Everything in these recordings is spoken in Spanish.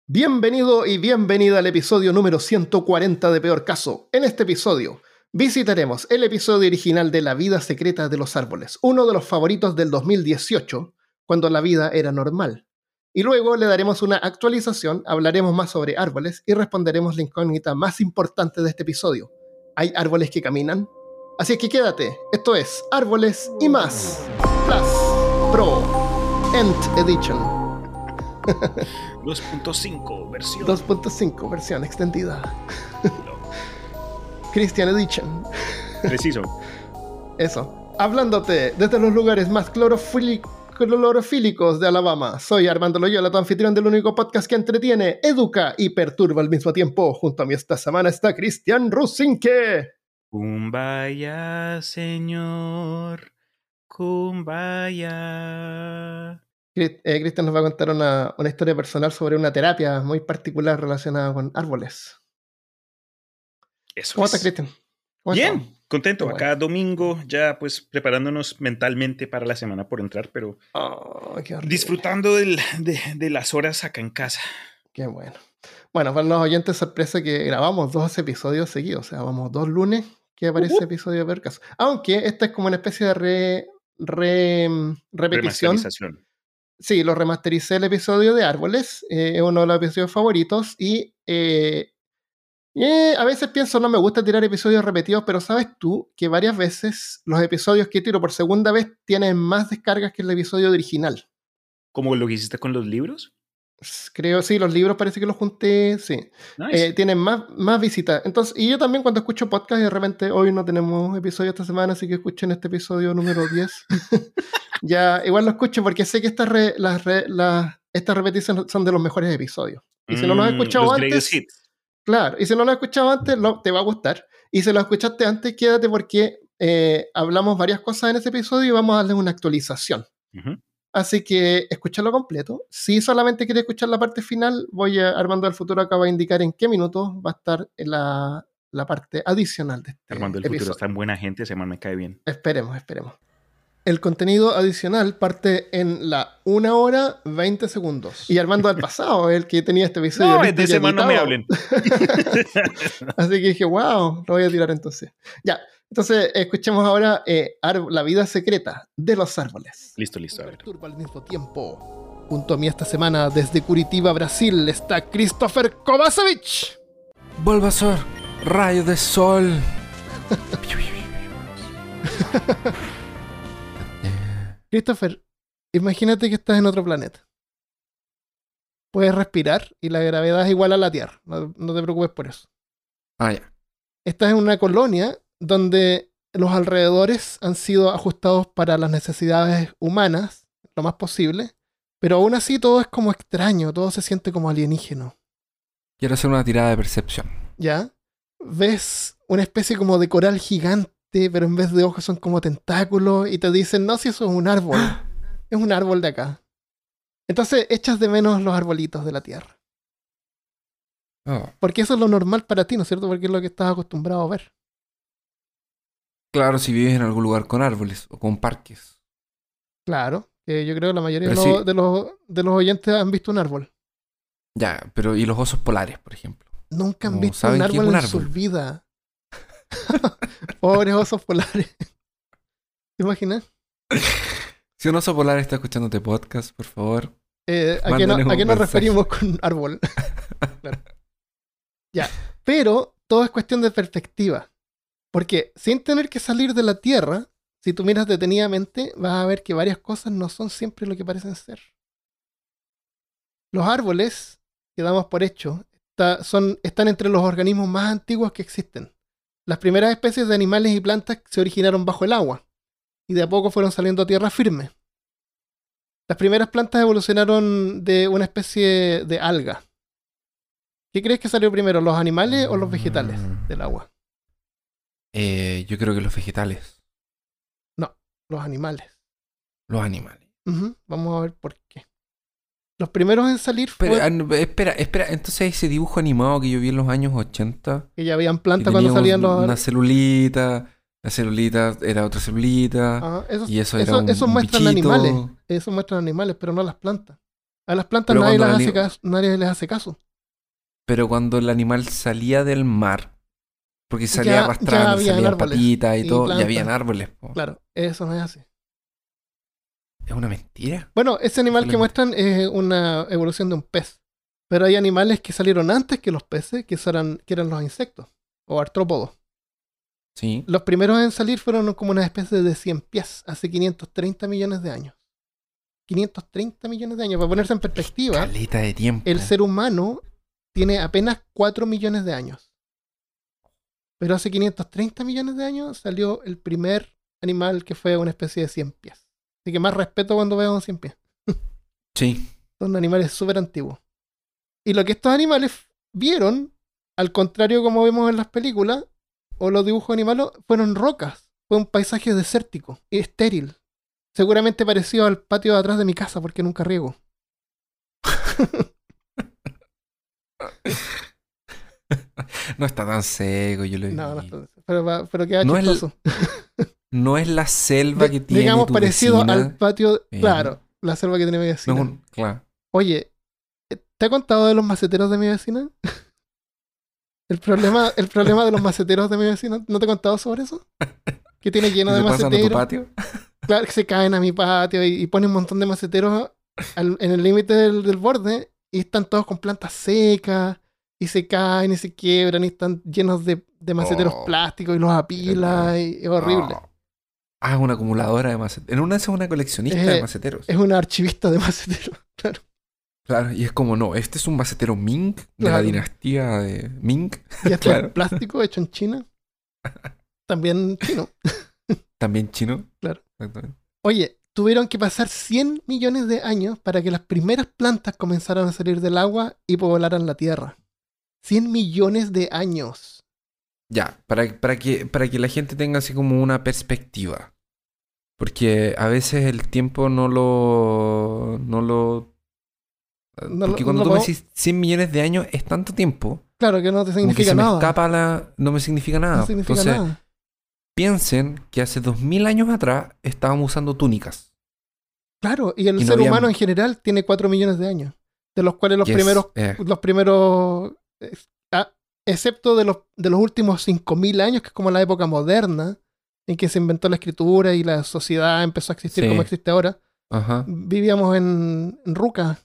Bienvenido y bienvenida al episodio número 140 de Peor Caso. En este episodio visitaremos el episodio original de La vida secreta de los árboles, uno de los favoritos del 2018, cuando la vida era normal. Y luego le daremos una actualización, hablaremos más sobre árboles y responderemos la incógnita más importante de este episodio. ¿Hay árboles que caminan? Así que quédate, esto es Árboles y Más Plus Pro End Edition. 2.5 versión. 2.5 versión extendida. Christian Edition. Preciso. Eso. Hablándote desde los lugares más clorofílicos de Alabama. Soy Armando Loyola, tu anfitrión del único podcast que entretiene, educa y perturba al mismo tiempo. Junto a mí esta semana está Cristian Rusinque. Kumbaya, señor. Kumbaya. Cristian nos va a contar una historia personal sobre una terapia muy particular relacionada con árboles. Eso ¿Cómo es. estás, Cristian? Bien, contento. Qué bueno. Acá domingo, ya pues preparándonos mentalmente para la semana por entrar, pero Qué horrible. disfrutando de las horas acá en casa. Qué bueno. Bueno, para los oyentes, sorpresa que grabamos 2 episodios seguidos. O sea, vamos 2 lunes que aparece episodio de Peor Caso. Aunque esta es como una especie de repetición. Remasterización. Sí, lo remastericé el episodio de Árboles. Es uno de los episodios favoritos. Y a veces pienso, no me gusta tirar episodios repetidos, pero sabes tú que varias veces los episodios que tiro por segunda vez tienen más descargas que el episodio original. ¿Como lo que hiciste con los libros? Creo, sí, los libros parece que los junté, sí. Nice. Tienen más visitas. Entonces, y yo también cuando escucho podcast y de repente hoy no tenemos episodio esta semana, así que escuchen este episodio número 10. Ya, igual lo escucho porque sé que estas repeticiones son de los mejores episodios. Y si no los has escuchado los antes, greatest hits. claro, y si no lo has escuchado antes, te va a gustar. Y si lo escuchaste antes, quédate porque hablamos varias cosas en ese episodio y vamos a darle una actualización. Uh-huh. Así que escucharlo completo. Si solamente quieres escuchar la parte final, Armando del Futuro acaba de indicar en qué minutos va a estar en la parte adicional de este Armando del episodio. Futuro es tan buena gente, ese man me cae bien. Esperemos. El contenido adicional parte en la 1 hora 20 segundos. Y Armando del pasado, el que tenía este episodio. No, listo de y ese man no me editado. hablen. Así que dije, wow, lo voy a tirar entonces. Ya, entonces escuchemos ahora La vida secreta de los árboles. Listo, a ver. Perturba al mismo tiempo. Junto a mí esta semana, desde Curitiba, Brasil, está Christopher Kovacevic. Bulbasaur, rayo de sol. Christopher, imagínate que estás en otro planeta. Puedes respirar y la gravedad es igual a la Tierra. No te preocupes por eso. Ya. Estás en una colonia donde los alrededores han sido ajustados para las necesidades humanas, lo más posible, pero aún así todo es como extraño, todo se siente como alienígeno. Quiero hacer una tirada de percepción. ¿Ya? Ves una especie como de coral gigante, pero en vez de ojos son como tentáculos, y te dicen, no, si eso es un árbol. Es un árbol de acá. Entonces echas de menos los arbolitos de la Tierra. Oh. Porque eso es lo normal para ti, ¿no es cierto? Porque es lo que estás acostumbrado a ver. Claro, si vives en algún lugar con árboles o con parques. Claro, que yo creo que la mayoría Pero de los oyentes han visto un árbol. Ya, pero ¿y los osos polares, por ejemplo? Nunca han No visto saben un qué es árbol un en árbol. su vida. Pobres osos polares. ¿Te imaginas? Si un oso polar está escuchando este podcast, por favor. ¿A qué Mándanos un nos mensaje. referimos con árbol? Claro. Ya, pero todo es cuestión de perspectiva. Porque sin tener que salir de la Tierra, si tú miras detenidamente, vas a ver que varias cosas no son siempre lo que parecen ser. Los árboles, que damos por hecho, están entre los organismos más antiguos que existen. Las primeras especies de animales y plantas se originaron bajo el agua y de a poco fueron saliendo a tierra firme. Las primeras plantas evolucionaron de una especie de alga. ¿Qué crees que salió primero, los animales o los vegetales del agua? Yo creo que los vegetales. No, los animales. Los animales. Vamos a ver por qué. Los primeros en salir Pero, fue espera, entonces ese dibujo animado que yo vi en los años 80, que ya habían plantas que cuando tenía salían los... una celulita, la celulita era otra celulita, Ajá, y eso era un muestran bichito. animales. Eso muestran animales, pero no las plantas. A las plantas Pero nadie, cuando las hace caso, nadie les hace caso. Pero cuando el animal salía del mar, porque salía Ya arrastrando, habían salían árboles patitas y y todo, ya plantas. habían árboles. Po. Claro, eso no es así. Es una mentira. Bueno, ese animal que Solamente. muestran es una evolución de un pez. Pero hay animales que salieron antes que los peces, que eran los insectos, o artrópodos. Sí. Los primeros en salir fueron como una especie de 100 pies, hace 530 millones de años. 530 millones de años. Para ponerse en perspectiva, Caleta de tiempo. el ser humano tiene apenas 4 millones de años. Pero hace 530 millones de años salió el primer animal que fue una especie de 100 pies. Así que más respeto cuando veo un 100 pies. Sí. Son animales súper antiguos. Y lo que estos animales vieron, al contrario como vemos en las películas o los dibujos animales, fueron rocas. Fue un paisaje desértico y estéril. Seguramente parecido al patio de atrás de mi casa porque nunca riego. No está tan seco, yo lo vi. No, pero queda No es, chistoso. no es la selva que tiene Digamos tu parecido vecina. al patio, eh, claro, la selva que tiene mi No vecina. es un, claro. Oye, ¿te he contado de los maceteros de mi vecina? El problema de los maceteros de mi vecina, ¿no te he contado sobre eso? Que tiene lleno ¿Que de se pasan a tu maceteros. patio? Claro, que se caen a mi patio y ponen un montón de maceteros en el límite del borde y están todos con plantas secas y se caen y se quiebran y están llenos de maceteros Oh, plásticos y los apila y es horrible. Oh. Ah, es una acumuladora de maceteros. En una es una coleccionista de maceteros. Es una archivista de maceteros, claro. Claro, y es como, no, este es un macetero Ming de la Claro. dinastía de Ming. Y este Claro. es plástico hecho en China. También chino. También chino. Claro. Exactamente. Oye, tuvieron que pasar 100 millones de años para que las primeras plantas comenzaran a salir del agua y poblaran la tierra. 100 millones de años. Ya, para que la gente tenga así como una perspectiva. Porque a veces el tiempo no lo... Porque cuando tú me decís 100 millones de años es tanto tiempo, Claro que no te como que significa se me nada. escapa no me significa nada. No significa Entonces, nada. piensen que hace 2000 años atrás estábamos usando túnicas. Claro, y el y no ser había- humano en general tiene 4 millones de años. De los cuales que es, los primeros, excepto de los últimos 5000 años, que es como la época moderna, en que se inventó la escritura y la sociedad empezó a existir Sí. como existe ahora, ajá. vivíamos en rucas.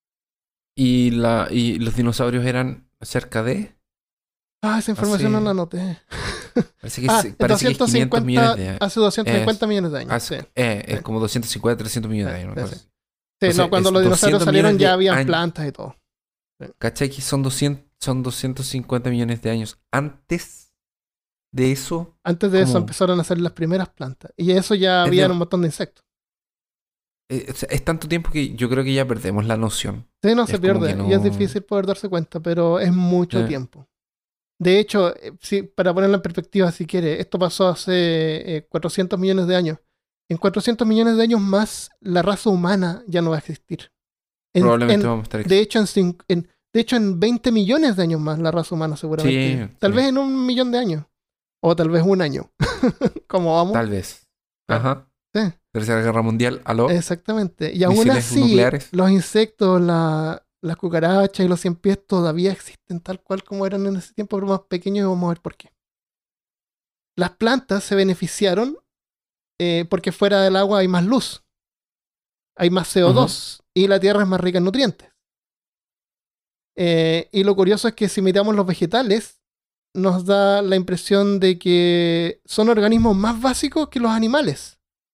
Y los dinosaurios eran cerca de... Esa información Hace- no la anoté. Parece que, parece que es 500 millones de años. Hace 250 millones de años. Sí. Es como 250, 300 millones de años. Una Sí, cosa sí. así. Sí, Entonces, no, cuando es los dinosaurios 200 salieron millones ya de habían años. plantas y todo. ¿Cachai? Que son 250 millones de años. Antes de eso, Antes de eso ¿cómo? empezaron a salir las primeras plantas. Y eso ya Es había de- un montón de insectos. o sea, es tanto tiempo que yo creo que ya perdemos la noción. Sí, no Es se como pierde. que no- Y es difícil poder darse cuenta, pero es mucho tiempo. De hecho, para ponerlo en perspectiva, si quiere, esto pasó hace 400 millones de años. En 400 millones de años más, la raza humana ya no va a existir. Probablemente vamos a estar... De hecho, en 20 millones de años más, la raza humana seguramente. Sí, Tal sí. vez en 1 millón de años. O tal vez un año. ¿Cómo vamos? Tal vez. Claro. Ajá. Sí. Tercera Guerra Mundial. ¿Aló? Exactamente. Y aún Misiles así, nucleares. los insectos, las cucarachas y los 100 pies todavía existen tal cual como eran en ese tiempo, pero más pequeños, y vamos a ver por qué. Las plantas se beneficiaron porque fuera del agua hay más luz, hay más CO2 y la tierra es más rica en nutrientes. Y lo curioso es que si miramos los vegetales, nos da la impresión de que son organismos más básicos que los animales.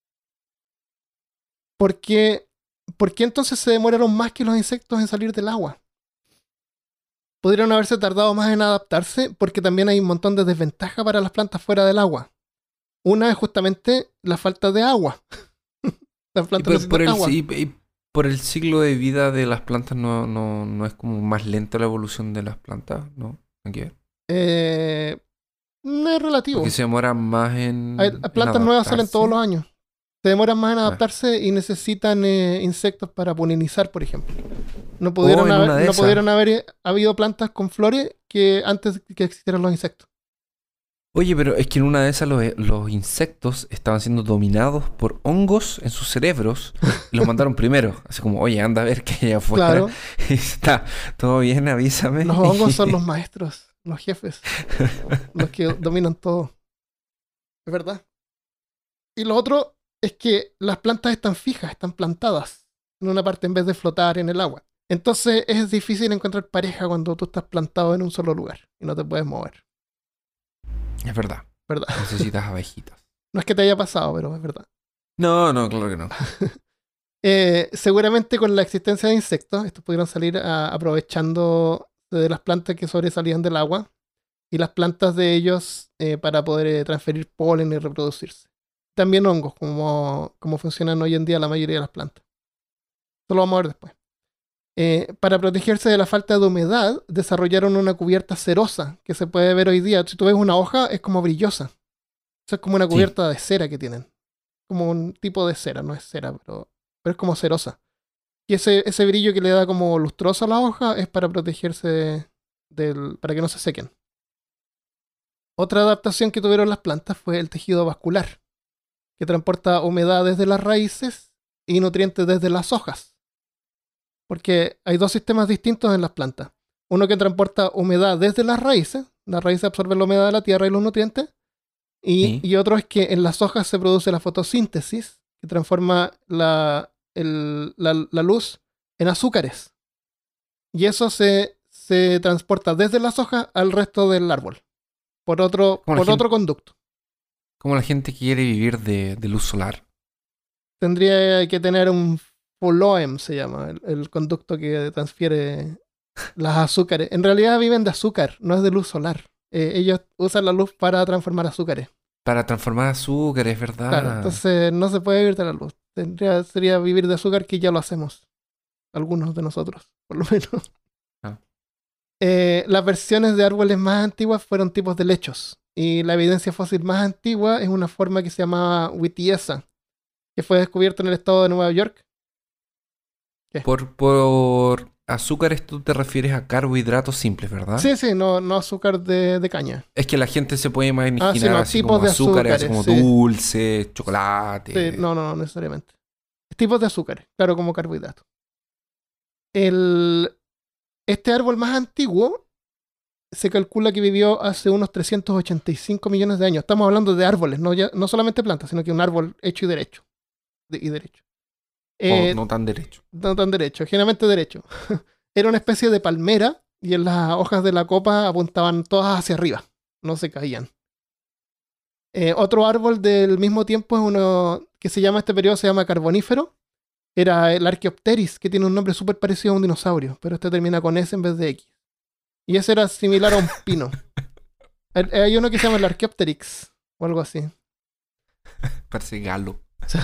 ¿Por qué entonces se demoraron más que los insectos en salir del agua? Podrían haberse tardado más en adaptarse porque también hay un montón de desventajas para las plantas fuera del agua. Una es justamente la falta de agua. Las plantas necesitan agua. Y por el ciclo de vida de las plantas no es como más lenta la evolución de las plantas, ¿no? Hay que ver. No es relativo. Porque se demora más en... Plantas nuevas salen todos los adaptarse. años. Se demoran más en adaptarse y necesitan insectos para polinizar, por ejemplo. No pudieron haber habido plantas con flores que antes que existieran los insectos. Oye, pero es que en una de esas los insectos estaban siendo dominados por hongos en sus cerebros y los mandaron primero. Así como, oye, anda a ver qué hay afuera. Claro, Y está todo bien, avísame. los hongos son los maestros, los jefes, los que dominan todo. Es verdad. Y lo otro es que las plantas están fijas, están plantadas en una parte en vez de flotar en el agua. Entonces es difícil encontrar pareja cuando tú estás plantado en un solo lugar y no te puedes mover, Es verdad. ¿verdad? Necesitas abejitas. No es que te haya pasado, pero es verdad. No, no, claro que no. Seguramente con la existencia de insectos, estos pudieron salir aprovechando de las plantas que sobresalían del agua y las plantas de ellos para poder transferir polen y reproducirse. También hongos, como funcionan hoy en día la mayoría de las plantas. Esto lo vamos a ver después. Para protegerse de la falta de humedad, desarrollaron una cubierta cerosa que se puede ver hoy día. Si tú ves una hoja, es como brillosa. Eso es como una Sí. cubierta de cera que tienen. Como un tipo de cera, no es cera, pero es como cerosa. Y ese brillo que le da como lustroso a la hoja es para protegerse para que no se sequen. Otra adaptación que tuvieron las plantas fue el tejido vascular, que transporta humedad desde las raíces y nutrientes desde las hojas. Porque hay dos sistemas distintos en las plantas. Uno que transporta humedad desde las raíces absorben la humedad de la tierra y los nutrientes, Sí. y otro es que en las hojas se produce la fotosíntesis, que transforma la luz en azúcares. Y eso se transporta desde las hojas al resto del árbol, por otro conducto. Como la gente que quiere vivir de luz solar. Tendría que tener un phloem, se llama, el conducto que transfiere las azúcares. En realidad viven de azúcar, no es de luz solar. Ellos usan la luz para transformar azúcares. Para transformar azúcar, es verdad. Claro, entonces no se puede vivir de la luz. Sería vivir de azúcar, que ya lo hacemos. Algunos de nosotros, por lo menos. Ah. Las versiones de árboles más antiguas fueron tipos de lechos. Y la evidencia fósil más antigua es una forma que se llamaba Wittieza, que fue descubierta en el estado de Nueva York. Por azúcares tú te refieres a carbohidratos simples, ¿verdad? Sí, no azúcar de caña. Es que la gente se puede imaginar sí, no, así tipos como de azúcares, así como azúcares, sí. dulce, chocolate. Sí, no necesariamente. Tipos de azúcares, claro, como carbohidratos. Este árbol más antiguo se calcula que vivió hace unos 385 millones de años. Estamos hablando de árboles, no solamente plantas, sino que un árbol hecho y derecho. O no tan derecho. No tan derecho, generalmente derecho. Era una especie de palmera y en las hojas de la copa apuntaban todas hacia arriba, no se caían. Otro árbol del mismo tiempo es uno que este periodo se llama Carbonífero. Era el Archaeopteris, que tiene un nombre súper parecido a un dinosaurio, pero este termina con S en vez de X. Y ese era similar a un pino. Hay uno que se llama el Archaeopteryx, o algo así. Parece galo.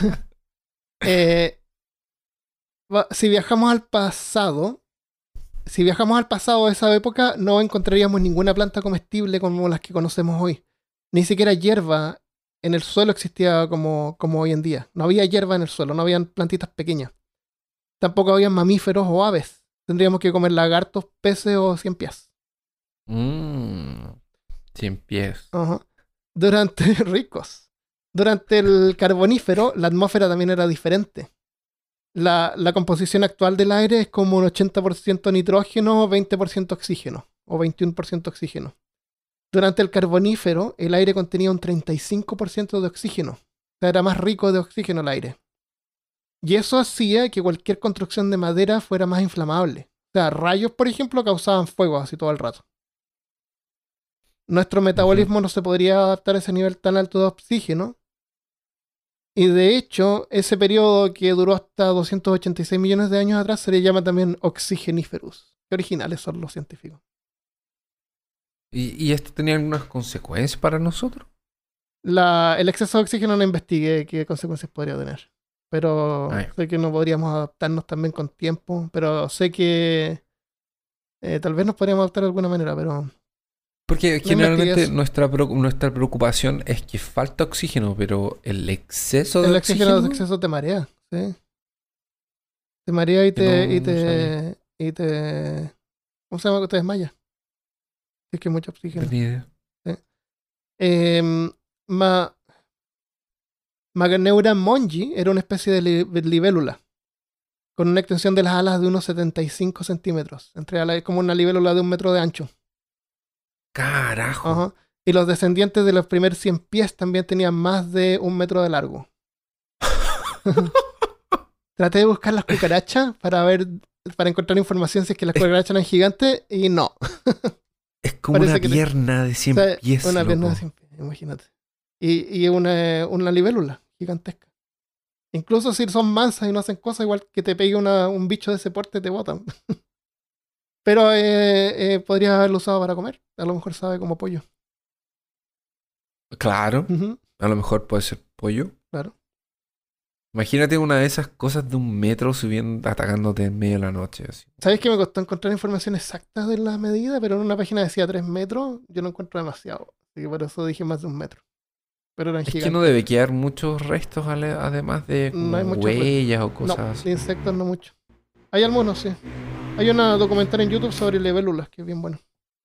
Si viajamos al pasado de esa época, no encontraríamos ninguna planta comestible como las que conocemos hoy. Ni siquiera hierba en el suelo existía como hoy en día. No había hierba en el suelo, no habían plantitas pequeñas. Tampoco había mamíferos o aves. Tendríamos que comer lagartos, peces o ciempiés. 100 pies. Ajá. Ricos. Durante el Carbonífero, la atmósfera también era diferente. La composición actual del aire es como un 80% nitrógeno, 20% oxígeno, o 21% oxígeno. Durante el Carbonífero, el aire contenía un 35% de oxígeno. O sea, era más rico de oxígeno el aire. Y eso hacía que cualquier construcción de madera fuera más inflamable. O sea, rayos, por ejemplo, causaban fuego así todo el rato. Nuestro metabolismo no se podría adaptar a ese nivel tan alto de oxígeno. Y de hecho, ese periodo que duró hasta 286 millones de años atrás se le llama también Oxygeniferous. Qué originales son los científicos. ¿Y esto tenía algunas consecuencias para nosotros? El exceso de oxígeno no investigué qué consecuencias podría tener. Pero sé que no podríamos adaptarnos también con tiempo. Pero sé que tal vez nos podríamos adaptar de alguna manera, pero... Porque generalmente nuestra preocupación es que falta oxígeno, pero el exceso de oxígeno... El exceso te marea, ¿sí? Te marea y te... ¿Cómo se llama? Te desmaya. Es que mucho oxígeno. ¿Sí? Ma- Maganeura mongi era una especie de libélula con una extensión de las alas de unos 75 centímetros. Como una libélula de 1 metro de ancho. Carajo. Ajá. Y los descendientes de los primeros 100 pies también tenían más de 1 metro de largo. Traté de buscar las cucarachas para encontrar información si es que las cucarachas eran gigantes y no. Es como Parece una que pierna de 100 pies. Una pierna de loco. 100 pies, imagínate. Y una libélula gigantesca. Incluso si son mansas y no hacen cosas, igual que te pegue un bicho de ese porte, te botan. Pero podrías haberlo usado para comer. A lo mejor sabe como pollo. Claro. Ujú, A lo mejor puede ser pollo. claro. Imagínate una de esas cosas de 1 metro subiendo, atacándote en medio de la noche. Así. ¿Sabes que me costó encontrar información exacta de la medida? Pero en una página decía 3 metros. Yo no encuentro demasiado. Así que por eso dije más de 1 metro. Pero eran Es que gigantes. no debe quedar muchos restos además de No hay como muchos huellas o No, cosas así. de insectos no mucho. Hay algunos, sí. Hay una documental en YouTube sobre libélulas, que es bien bueno.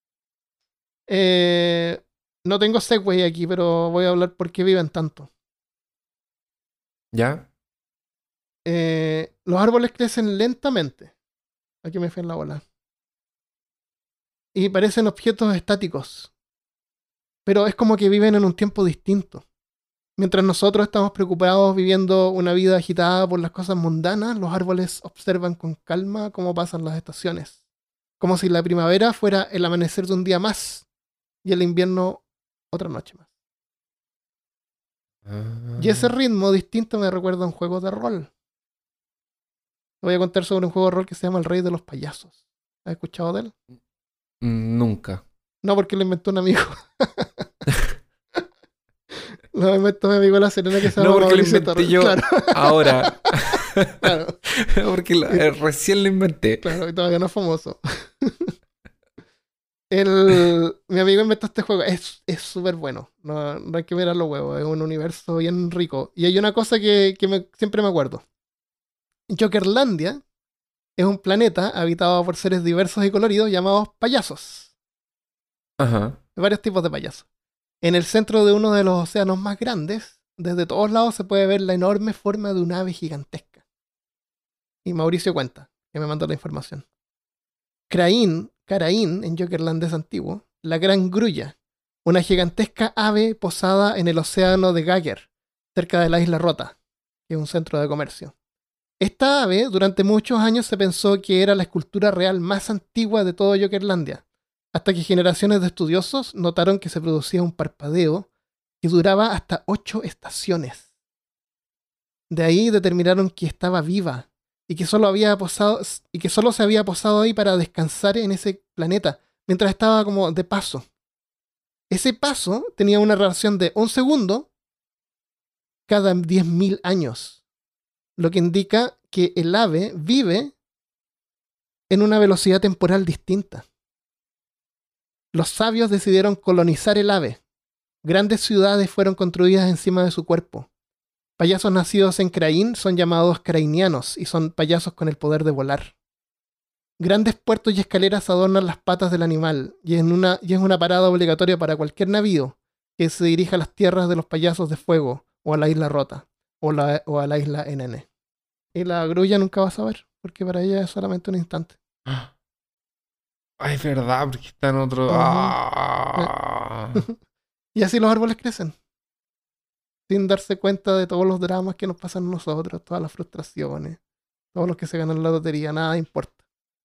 No tengo Segway aquí, pero voy a hablar por qué viven tanto. ¿Ya? Los árboles crecen lentamente. Aquí me fui en la bola. Y parecen objetos estáticos. Pero es como que viven en un tiempo distinto. Mientras nosotros estamos preocupados viviendo una vida agitada por las cosas mundanas, los árboles observan con calma cómo pasan las estaciones. Como si la primavera fuera el amanecer de un día más y el invierno otra noche más. Y ese ritmo distinto me recuerda a un juego de rol. Te voy a contar sobre un juego de rol que se llama El Rey de los Payasos. ¿Has escuchado de él? Nunca. No, porque lo inventó un amigo. Lo inventó mi amigo de La Serena que se llama No, porque lo Mauricio inventé Torres. yo Claro, ahora. claro, Porque recién lo inventé. claro, y todavía no es famoso. Mi amigo inventó este juego. Es súper bueno. No hay que mirar los huevos. Es un universo bien rico. Y hay una cosa que siempre me acuerdo. Jokerlandia es un planeta habitado por seres diversos y coloridos llamados payasos. Ajá. Varios tipos de payasos. En el centro de uno de los océanos más grandes, desde todos lados se puede ver la enorme forma de un ave gigantesca. Y Mauricio cuenta, que me mandó la información. Caraín, en Jokerland es antiguo, la Gran Grulla, una gigantesca ave posada en el océano de Gager, cerca de la Isla Rota, que es un centro de comercio. Esta ave durante muchos años se pensó que era la escultura real más antigua de todo Jokerlandia, hasta que generaciones de estudiosos notaron que se producía un parpadeo que duraba hasta 8 estaciones. De ahí determinaron que estaba viva y que solo se había posado ahí para descansar en ese planeta mientras estaba como de paso. Ese paso tenía una relación de 1 segundo cada 10.000 años, lo que indica que el ave vive en una velocidad temporal distinta. Los sabios decidieron colonizar el ave. Grandes ciudades fueron construidas encima de su cuerpo. Payasos nacidos en Craín son llamados crainianos y son payasos con el poder de volar. Grandes puertos y escaleras adornan las patas del animal y es una parada obligatoria para cualquier navío que se dirija a las tierras de los payasos de fuego o a la isla Rota o a la isla NN. Y la grulla nunca vas a ver porque para ella es solamente un instante. Ay, es verdad, porque está en otro. Ajá. Y así los árboles crecen. Sin darse cuenta de todos los dramas que nos pasan a nosotros, todas las frustraciones, todos los que se ganan la lotería, nada importa.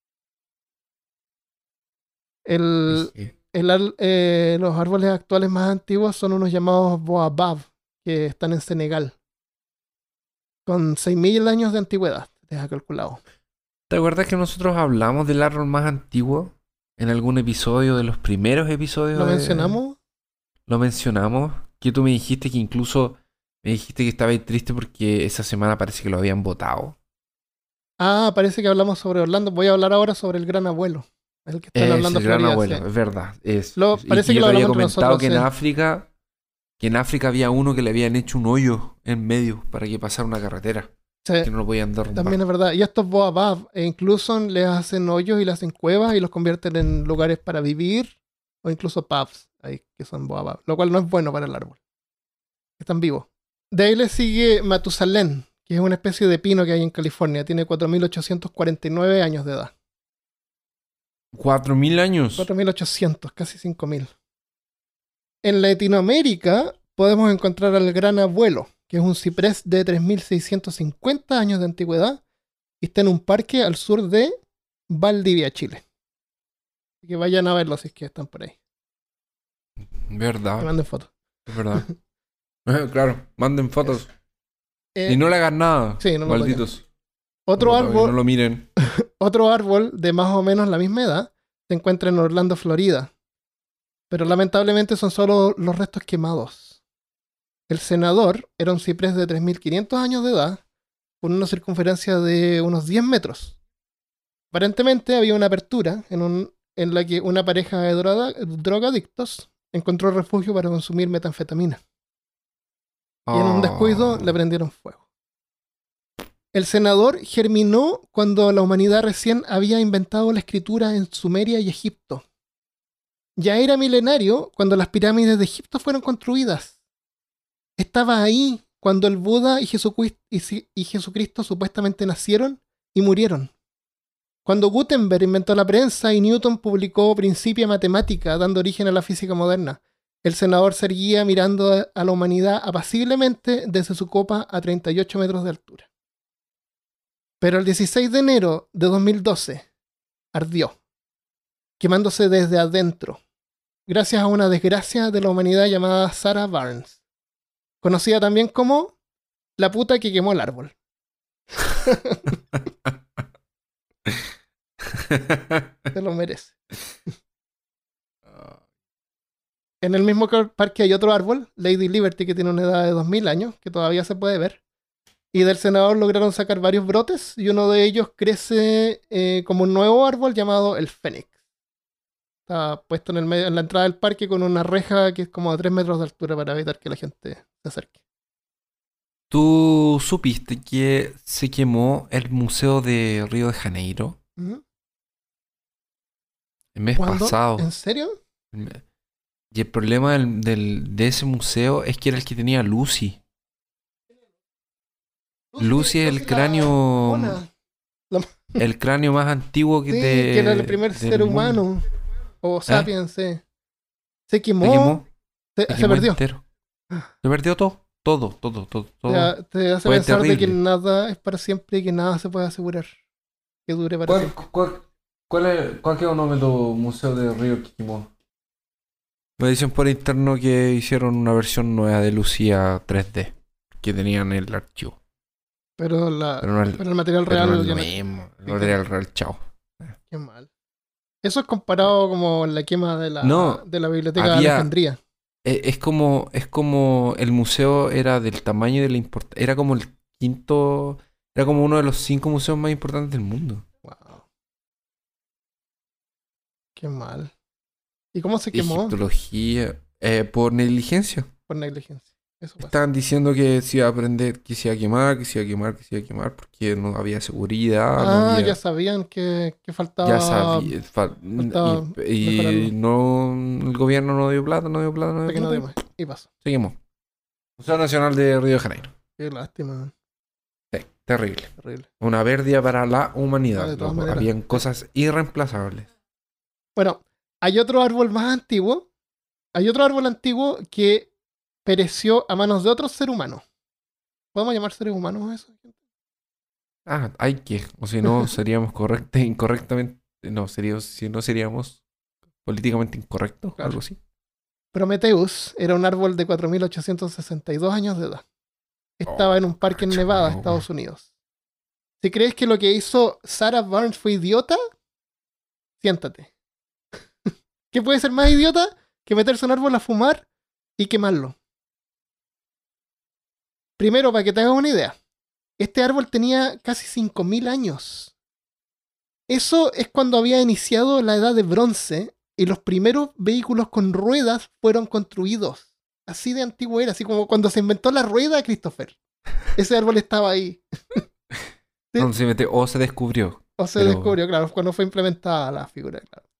Los árboles actuales más antiguos son unos llamados Boabab, que están en Senegal, con 6.000 años de antigüedad, deja calculado. ¿Te acuerdas que nosotros hablamos del árbol más antiguo en algún episodio de los primeros episodios? ¿Lo mencionamos? Lo mencionamos, que tú me dijiste que incluso me dijiste que estabas triste porque esa semana parece que lo habían votado. Ah, parece que hablamos sobre Orlando. Voy a hablar ahora sobre el gran abuelo. El que está en Orlando, el gran Florida, abuelo, sí. es verdad. Parece y que yo lo te había hablamos entre comentado nosotros, que sí. en África había uno que le habían hecho un hoyo en medio para que pasara una carretera. Sí, Que no lo podían derrumbar. también es verdad. Y estos Boabab incluso les hacen hoyos y les hacen cuevas y los convierten en lugares para vivir o incluso puffs, ahí, que son baobab, lo cual no es bueno para el árbol. Están vivos. De ahí le sigue Matusalén, que es una especie de pino que hay en California. Tiene 4.849 años de edad. 4.000 años. 4.800, casi 5.000. En Latinoamérica podemos encontrar al gran abuelo, que es un ciprés de 3.650 años de antigüedad y está en un parque al sur de Valdivia, Chile. Así que vayan a verlo si es que están por ahí. Que Verdad. manden fotos. Es verdad. Claro, manden fotos. Eh, Y no le hagan nada. sí, no lo malditos. otro No, árbol, no lo miren. otro árbol de más o menos la misma edad se encuentra en Orlando, Florida. Pero lamentablemente son solo los restos quemados. El senador era un ciprés de 3.500 años de edad, con una circunferencia de unos 10 metros. Aparentemente había una apertura en la que una pareja de drogadictos encontró refugio para consumir metanfetamina. Y en un descuido le prendieron fuego. El senador germinó cuando la humanidad recién había inventado la escritura en Sumeria y Egipto. Ya era milenario cuando las pirámides de Egipto fueron construidas. Estaba ahí cuando el Buda y Jesucristo supuestamente nacieron y murieron. Cuando Gutenberg inventó la prensa y Newton publicó Principia Mathematica, dando origen a la física moderna, el senador seguía mirando a la humanidad apaciblemente desde su copa a 38 metros de altura. Pero el 16 de enero de 2012 ardió, quemándose desde adentro, gracias a una desgracia de la humanidad llamada Sarah Barnes, conocida también como la puta que quemó el árbol. Se lo merece. En el mismo parque hay otro árbol, Lady Liberty, que tiene una edad de 2.000 años, que todavía se puede ver. Y del senador lograron sacar varios brotes, y uno de ellos crece como un nuevo árbol llamado el Fénix. Está puesto en la entrada del parque con una reja que es como a 3 metros de altura para evitar que la gente se acerque. ¿Tú supiste que se quemó el Museo de Río de Janeiro ¿Mm? el mes ¿Cuándo? pasado? ¿En serio? Y el problema de ese museo es que era el que tenía Lucy. Lucy es el cráneo. mona. El cráneo más antiguo Sí, que era el primer del ser mundo. humano. O sapiens, sí. Se quemó. Se quemó. Se Se quemó perdió. entero. Se perdió todo. Todo. Te hace Fue pensar de que terrible. nada es para siempre y que nada se puede asegurar que dure para siempre. ¿Cuál quedó el nombre de tu museo de Río que quemó? Me dicen por interno que hicieron una versión nueva de Lucía 3D. Que tenían el archivo. Pero Pero el material pero real no es ya lo no- mismo. No era el real, chao. Qué mal. Eso es comparado como la quema de No, la biblioteca de había- Alejandría. Es como el museo era del tamaño y de la importancia. Era como el quinto. Era como uno de los 5 museos más importantes del mundo. Wow. Qué mal. ¿Y cómo se quemó? Egiptología. Por negligencia. Por negligencia. Eso pasa. Estaban diciendo que se iba a aprender, que se iba a quemar, que se iba a quemar, que se iba a quemar, porque no había seguridad, no Ah, había. ya sabían que faltaba. Ya sabía. faltaba Y mejorarlo. no. El gobierno no dio plata, no dio plata, no Hasta dio que no plata. dio más. Y pasó. Se quemó. Museo Nacional de Río de Janeiro. Qué lástima. Sí, terrible. Terrible. Una pérdida para la Ah, humanidad. de todas Loco. maneras. Habían cosas irreemplazables. Bueno, hay otro árbol más antiguo. Hay otro árbol antiguo que pereció a manos de otro ser humano. ¿Podemos llamar seres humanos a eso? Ah, hay que. O si no, seríamos incorrectamente. No, si no seríamos políticamente incorrectos. Claro. Algo así. Prometheus era un árbol de 4.862 años de edad. Estaba en un parque en cacha, Nevada, no. Estados Unidos. Si crees que lo que hizo Sarah Barnes fue idiota, siéntate. ¿Qué puede ser más idiota que meterse un árbol a fumar y quemarlo? Primero, para que te hagas una idea, este árbol tenía casi 5.000 años. Eso es cuando había iniciado la edad de bronce y los primeros vehículos con ruedas fueron construidos. Así de antiguo era, así como cuando se inventó la rueda, Christopher. Ese árbol estaba ahí. Sí. No se mete, o se descubrió. O se Pero- descubrió, claro, cuando fue implementada la figura, claro.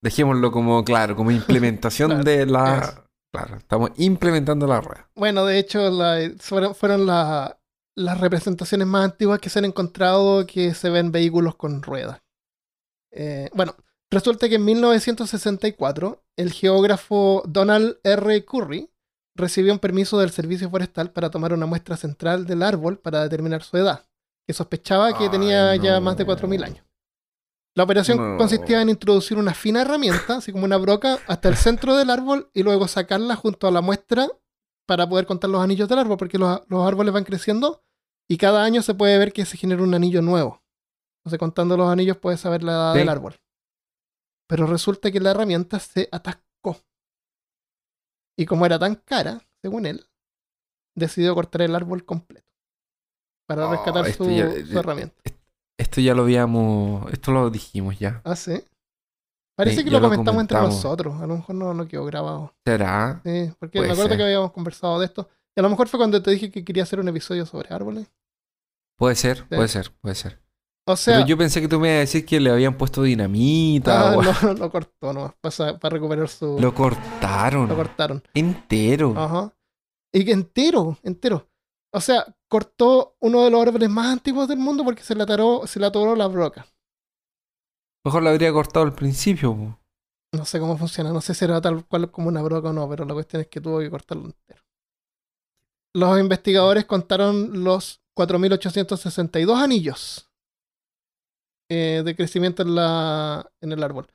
Dejémoslo como, claro, como implementación Claro, de eso. la... Claro, estamos implementando la rueda. Bueno, de hecho, fueron las representaciones más antiguas que se han encontrado que se ven vehículos con ruedas. Bueno, resulta que en 1964 el geógrafo Donald R. Curry recibió un permiso del Servicio Forestal para tomar una muestra central del árbol para determinar su edad, que sospechaba que tenía Ay, ya más de 4.000 años. La operación consistía en no. introducir una fina herramienta, así como una broca, hasta el centro del árbol y luego sacarla junto a la muestra para poder contar los anillos del árbol, porque los árboles van creciendo y cada año se puede ver que se genera un anillo nuevo. Entonces, contando los anillos, puedes saber la edad del Sí. árbol. Pero resulta que la herramienta se atascó. Y como era tan cara, según él, decidió cortar el árbol completo para rescatar Esto su herramienta. esto ya lo habíamos... Esto lo dijimos ya. ¿Ah, sí? Parece Sí, que ya lo lo comentamos entre comentamos. nosotros. A lo mejor no quedó grabado. ¿Será? Sí, porque Puede me acuerdo ser. que habíamos conversado de esto. Y a lo mejor fue cuando te dije que quería hacer un episodio sobre árboles. Puede ser, Sí. puede ser, puede ser. O Pero sea, yo pensé que tú me ibas a decir que le habían puesto dinamita o... no, lo cortó nomás para recuperar su... Lo cortaron. Lo cortaron. Entero. Ajá. Y que entero. O sea, cortó uno de los árboles más antiguos del mundo porque se le atoró la broca. Mejor lo habría cortado al principio, po. No sé cómo funciona, no sé si era tal cual como una broca o no, pero la cuestión es que tuvo que cortarlo entero. Los investigadores contaron los 4.862 anillos de crecimiento en el árbol.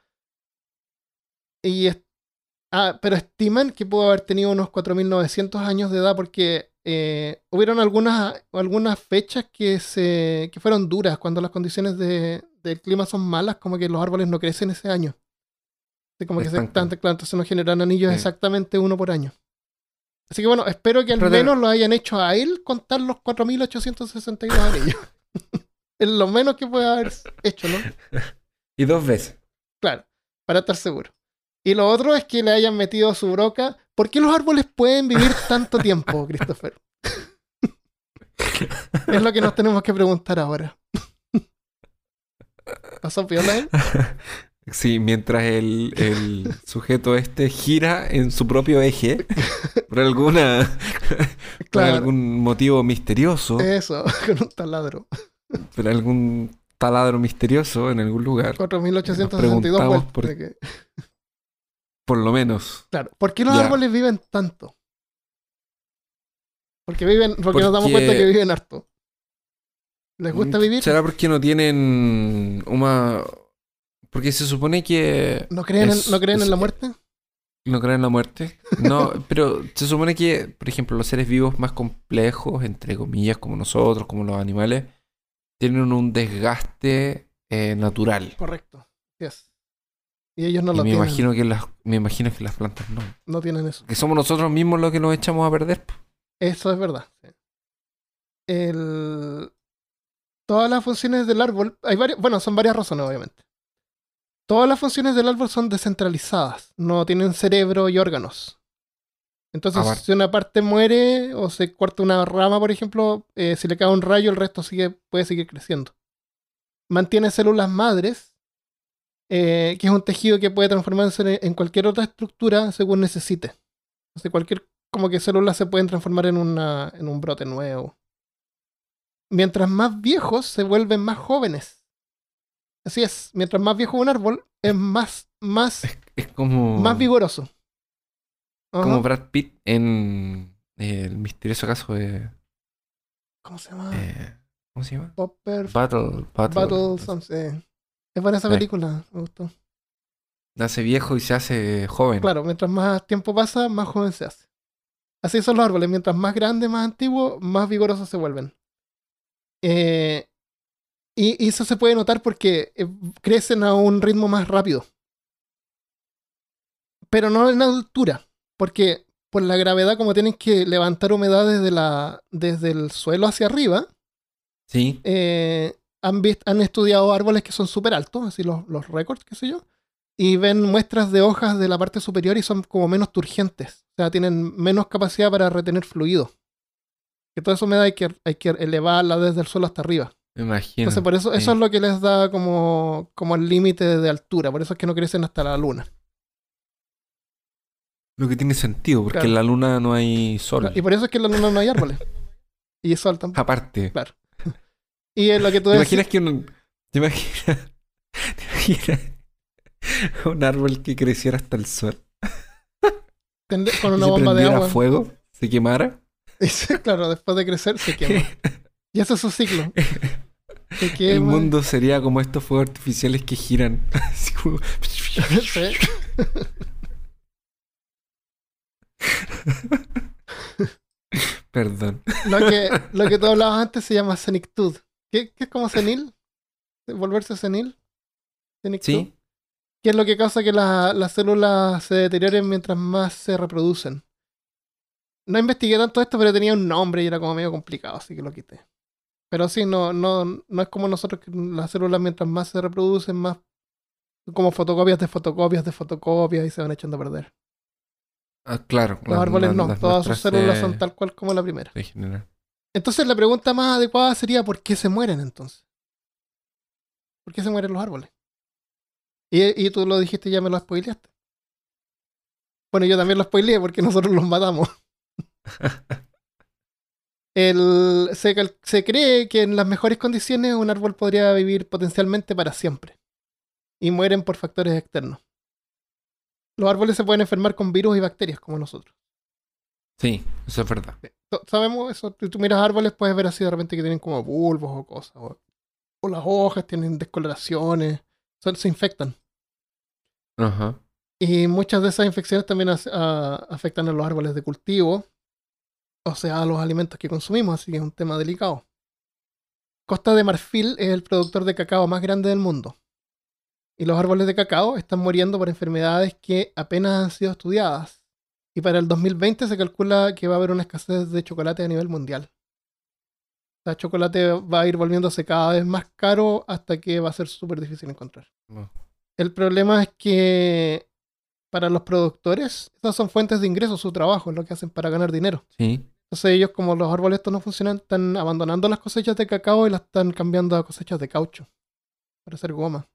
Pero estiman que pudo haber tenido unos 4.900 años de edad porque hubieron algunas fechas que fueron duras cuando las condiciones del clima son malas, como que los árboles no crecen ese año. Así como que Estancan. claro, entonces no generan anillos Sí. exactamente uno por año. Así que bueno, espero que al Pero menos lo hayan hecho a él contar los 4.862 anillos. Es lo menos que puede haber hecho, ¿no? Y 2 veces. Claro, para estar seguro. Y lo otro es que le hayan metido su broca. ¿Por qué los árboles pueden vivir tanto tiempo, Christopher? Es lo que nos tenemos que preguntar ahora. ¿Pasó piola él? Sí, mientras el sujeto este gira en su propio eje por por Claro, algún motivo misterioso, eso, con un taladro. por algún taladro misterioso en algún lugar. 4.862 preguntamos vueltas. por- Por lo menos. Claro, ¿por qué los Ya. árboles viven tanto? Porque nos damos cuenta que viven harto. ¿Les gusta vivir? ¿Será porque no tienen una... Porque se supone que... ¿No creen en la muerte? ¿No creen en la muerte? No, pero se supone que, por ejemplo, los seres vivos más complejos, entre comillas, como nosotros, como los animales, tienen un desgaste natural. Correcto. Yes. Y ellos no Y lo me tienen. imagino que las plantas no. No tienen eso. Que somos nosotros mismos los que nos echamos a perder. Eso es verdad. Sí. Todas las funciones del árbol, son varias razones, obviamente. Todas las funciones del árbol son descentralizadas, no tienen cerebro y órganos. Entonces, Aparte. si una parte muere o se corta una rama, por ejemplo, si le cae un rayo, el resto puede seguir creciendo. Mantiene células madres, que es un tejido que puede transformarse en cualquier otra estructura según necesite. Entonces, cualquier como que células se pueden transformar en un brote nuevo. Mientras más viejos, se vuelven más jóvenes. Así es, mientras más viejo un árbol, es más Es como... más vigoroso. Ajá. Como Brad Pitt en el misterioso caso de... ¿Cómo se llama? ¿Cómo se llama? Popper Battle. Something. Es buena esa película, me gustó. Nace viejo y se hace joven. Claro, mientras más tiempo pasa, más joven se hace. Así son los árboles, mientras más grandes, más antiguos, más vigorosos se vuelven. Y eso se puede notar porque crecen a un ritmo más rápido. Pero no en altura, porque por la gravedad, como tienen que levantar humedad desde el suelo hacia arriba, Sí. han estudiado árboles que son súper altos, así los récords, qué sé yo, y ven muestras de hojas de la parte superior y son como menos turgentes, o sea, tienen menos capacidad para retener fluido. Que toda esa humedad hay que elevarla desde el suelo hasta arriba, Me imagino. Entonces, por eso, Sí. eso es lo que les da como el límite de altura. Por eso es que no crecen hasta la luna. Lo que tiene sentido, porque Claro. en la luna no hay sol. Y por eso es que en la luna no hay árboles. Y sol tampoco. Aparte. Claro. Y es lo que tú ¿Te decís. imaginas que un... ¿Te imaginas... ¿Te imaginas un árbol que creciera hasta el sol? Con Y una se bomba de prendiera agua. fuego, se quemara. Claro, después de crecer se quema. Y ese es su ciclo. Se El quema. mundo sería como estos fuegos artificiales que giran. Así como... Sí. Perdón. Lo que tú hablabas antes se llama senectud. ¿Qué es como senil? ¿Volverse senil? Senectud. ¿Sí? ¿Qué es lo que causa que las células se deterioren mientras más se reproducen? No investigué tanto esto, pero tenía un nombre y era como medio complicado, así que lo quité. Pero sí, no es como nosotros que las células mientras más se reproducen, más como fotocopias de fotocopias de fotocopias y se van echando a perder. Ah, claro. Los árboles no, las todas sus nuestras células son tal cual como la primera. se generan. Entonces la pregunta más adecuada sería ¿por qué se mueren entonces? ¿Por qué se mueren los árboles? Y tú lo dijiste, ya me lo spoileaste. Bueno, yo también lo spoileé porque nosotros los matamos. Se cree que en las mejores condiciones un árbol podría vivir potencialmente para siempre. Y mueren por factores externos. Los árboles se pueden enfermar con virus y bacterias como nosotros. Sí, eso es verdad. Sabemos eso. Si tú miras árboles puedes ver así de repente que tienen como bulbos o cosas. O las hojas tienen descoloraciones. Se infectan. Ajá. Y muchas de esas infecciones también afectan a los árboles de cultivo. O sea, a los alimentos que consumimos. Así que es un tema delicado. Costa de Marfil es el productor de cacao más grande del mundo. Y los árboles de cacao están muriendo por enfermedades que apenas han sido estudiadas. Y para el 2020 se calcula que va a haber una escasez de chocolate a nivel mundial. O sea, el chocolate va a ir volviéndose cada vez más caro hasta que va a ser súper difícil encontrar. No. El problema es que para los productores, esas son fuentes de ingresos, su trabajo, es lo que hacen para ganar dinero. Sí. Entonces ellos, como los árboles estos no funcionan, están abandonando las cosechas de cacao y las están cambiando a cosechas de caucho para hacer goma.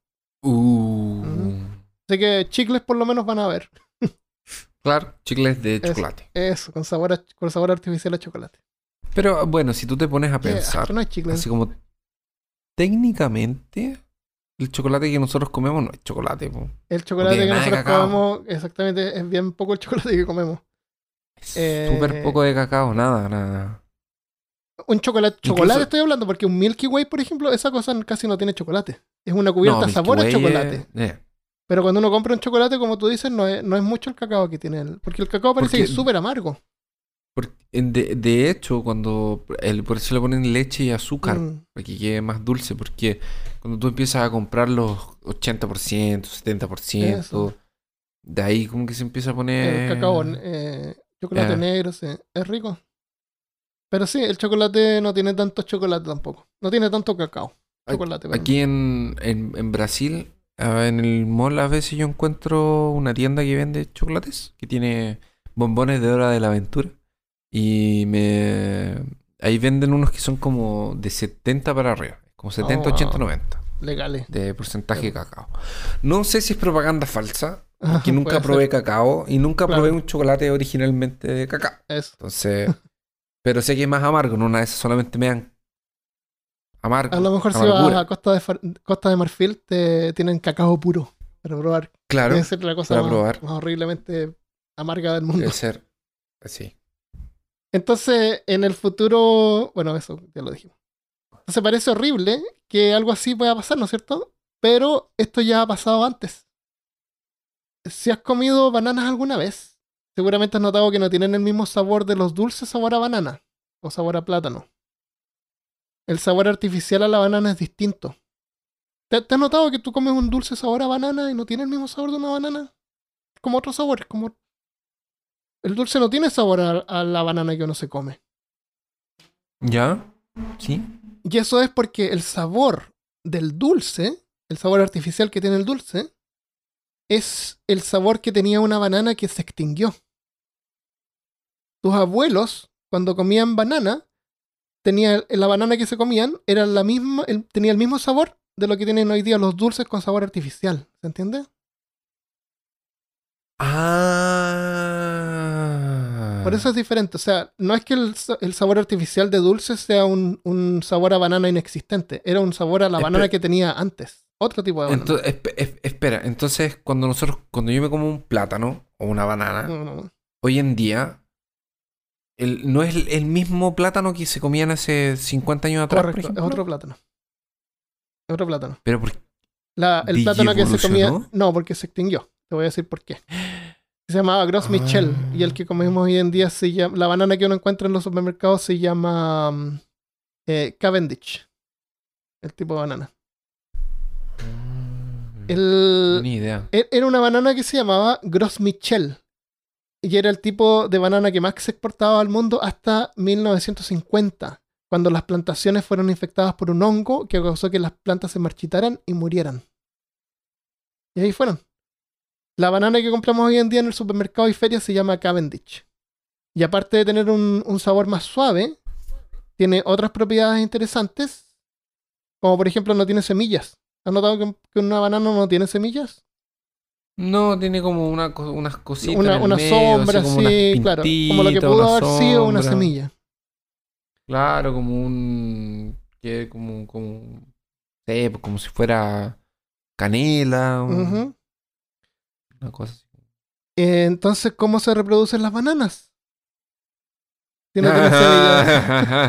Así que chicles por lo menos van a haber. Claro, chicles de chocolate. Eso, con sabor artificial a chocolate. Pero bueno, si tú te pones a pensar, No hay chicles. así como técnicamente, el chocolate que nosotros comemos no es chocolate. Po. El chocolate tiene que nada de nosotros cacao. comemos, exactamente, es bien poco el chocolate que comemos. Es súper poco de cacao, nada. Un chocolate Incluso- estoy hablando, porque un Milky Way, por ejemplo, esa cosa casi no tiene chocolate. Es una cubierta Milky sabor a Way chocolate. es- Pero cuando uno compra un chocolate, como tú dices, no es mucho el cacao que tiene él. Porque el cacao parece que es súper amargo. de hecho, por eso le ponen leche y azúcar, Mm, para que quede más dulce, porque cuando tú empiezas a comprar los 80%, 70%, Eso. de ahí como que se empieza a El poner... cacao, chocolate negro, sí. Es rico. Pero sí, el chocolate no tiene tanto chocolate tampoco. No tiene tanto cacao. Chocolate, perdón. Aquí en Brasil, en el mall a veces yo encuentro una tienda que vende chocolates, que tiene bombones de Hora de la Aventura. Y ahí venden unos que son como de 70 para arriba, como 70, Oh, 80, wow. 90 Legales. de porcentaje de Claro. cacao. No sé si es propaganda falsa, porque nunca Puede probé ser. cacao y nunca Claro. probé un chocolate originalmente de cacao. Eso. Entonces, pero sé que es más amargo, en una de esas solamente me dan amargo. A lo mejor si amargura. vas a Costa de Marfil te tienen cacao puro para probar. Claro, Debe ser la cosa para más, probar. más horriblemente amarga del mundo. Debe ser así. Entonces, en el futuro, bueno, eso ya lo dijimos. Entonces parece horrible que algo así pueda pasar, ¿no es cierto? Pero esto ya ha pasado antes. Si has comido bananas alguna vez, seguramente has notado que no tienen el mismo sabor de los dulces sabor a banana o sabor a plátano. El sabor artificial a la banana es distinto. ¿Te has notado que tú comes un dulce sabor a banana y no tiene el mismo sabor de una banana? Es como otro sabor, es como... El dulce no tiene sabor a la banana que uno se come. ¿Ya? ¿Sí? Y eso es porque el sabor del dulce, el sabor artificial que tiene el dulce, es el sabor que tenía una banana que se extinguió. Tus abuelos, cuando comían banana, la banana que se comían era la misma, tenía el mismo sabor de lo que tienen hoy día los dulces con sabor artificial. ¿Se entiende? Ah. Por eso es diferente. O sea, no es que el sabor artificial de dulce sea un sabor a banana inexistente. Era un sabor a la banana que tenía antes. Otro tipo de banana. Entonces, espera, entonces cuando yo me como un plátano o una banana, No. hoy en día, no es el mismo plátano que se comían hace 50 años atrás, por Correcto, es ejemplo. otro plátano. Es otro plátano. Pero ¿por El plátano que se comía. ¿Digievolucionó? No, porque se extinguió. Te voy a decir por qué. Se llamaba Gros Michel. Y el que comemos hoy en día se llama. La banana que uno encuentra en los supermercados se llama Cavendish. El tipo de banana. Ni idea. Era una banana que se llamaba Gros Michel. Y era el tipo de banana que más se exportaba al mundo hasta 1950, cuando las plantaciones fueron infectadas por un hongo que causó que las plantas se marchitaran y murieran. Y ahí fueron. La banana que compramos hoy en día en el supermercado y feria se llama Cavendish. Y aparte de tener un sabor más suave, tiene otras propiedades interesantes, como por ejemplo no tiene semillas. ¿Has notado que una banana no tiene semillas? No, tiene como unas cositas en el Una medio, sombra, así como unas sí, claro. Como lo que pintitas, pudo una haber sido una sombra. semilla. Claro, como un... como pues como si fuera canela, Ujú. una cosa así. Entonces, ¿cómo se reproducen las bananas? Si no tienen semillas.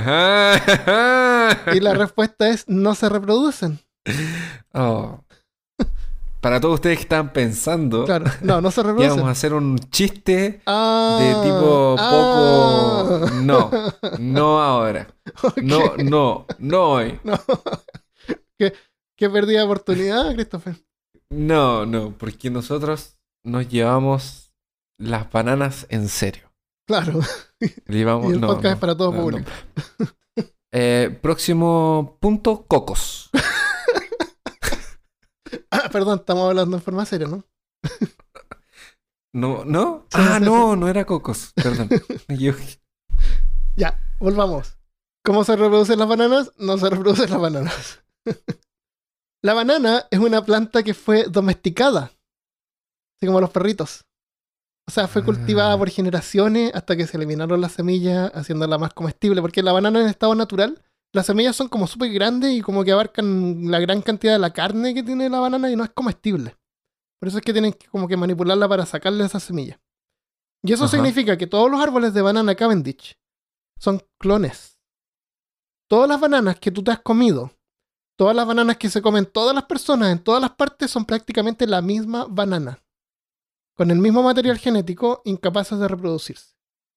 Y la respuesta es, no se reproducen. Oh. Para todos ustedes que estaban pensando Claro, no se que íbamos reproducen. a hacer un chiste de Ah, tipo poco... ah. No ahora. Ok. No hoy. No. Qué pérdida de oportunidad, Christopher. No, porque nosotros nos llevamos las bananas en serio. Claro. Llevamos, Y el podcast es para todo no. público. Próximo punto, cocos. Ah, perdón, estamos hablando en forma seria, ¿no? ¿No? Sí, Ah, sí, no era cocos. Perdón. Me equivoqué. Ya, volvamos. ¿Cómo se reproducen las bananas? No se reproducen las bananas. La banana es una planta que fue domesticada, así como los perritos. O sea, fue cultivada por generaciones hasta que se eliminaron las semillas, haciéndola más comestible. Porque la banana en estado natural, las semillas son como súper grandes y como que abarcan la gran cantidad de la carne que tiene la banana y no es comestible. Por eso es que tienen que como que manipularla para sacarle esas semillas. Y eso Ajá. significa que todos los árboles de banana Cavendish son clones. Todas las bananas que tú te has comido, todas las bananas que se comen todas las personas en todas las partes son prácticamente la misma banana. Con el mismo material genético, incapaces de reproducirse.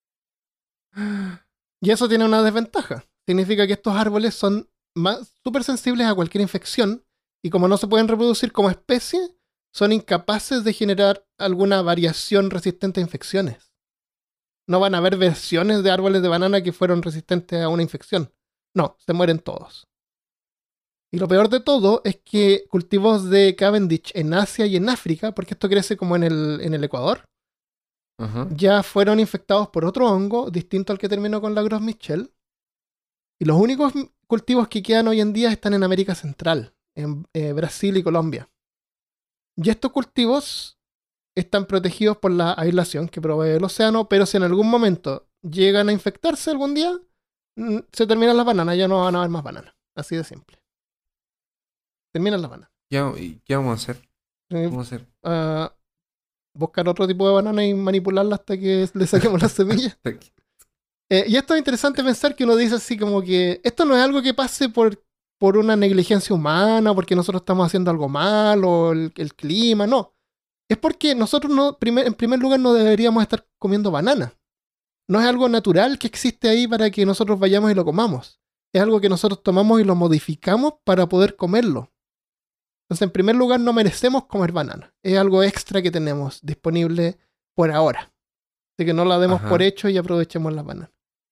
Y eso tiene una desventaja. Significa que estos árboles son súper sensibles a cualquier infección y como no se pueden reproducir como especie, son incapaces de generar alguna variación resistente a infecciones. No van a haber versiones de árboles de banana que fueron resistentes a una infección. No, se mueren todos. Y lo peor de todo es que cultivos de Cavendish en Asia y en África, porque esto crece como en el Ecuador, Ajá. ya fueron infectados por otro hongo distinto al que terminó con la Gros Michel. Y los únicos cultivos que quedan hoy en día están en América Central, en Brasil y Colombia. Y estos cultivos están protegidos por la aislación que provee el océano, pero si en algún momento llegan a infectarse algún día, se terminan las bananas, ya no van a haber más bananas. Así de simple. Terminan las bananas. ¿Qué vamos a hacer? ¿Qué vamos a hacer? Buscar otro tipo de banana y manipularla hasta que le saquemos las semillas. Y esto es interesante pensar que uno dice así como que esto no es algo que pase por una negligencia humana, porque nosotros estamos haciendo algo mal o el clima, no. Es porque nosotros en primer lugar no deberíamos estar comiendo banana. No es algo natural que existe ahí para que nosotros vayamos y lo comamos. Es algo que nosotros tomamos y lo modificamos para poder comerlo. Entonces, en primer lugar, no merecemos comer banana. Es algo extra que tenemos disponible por ahora. Así que no la demos por hecho y aprovechemos las bananas.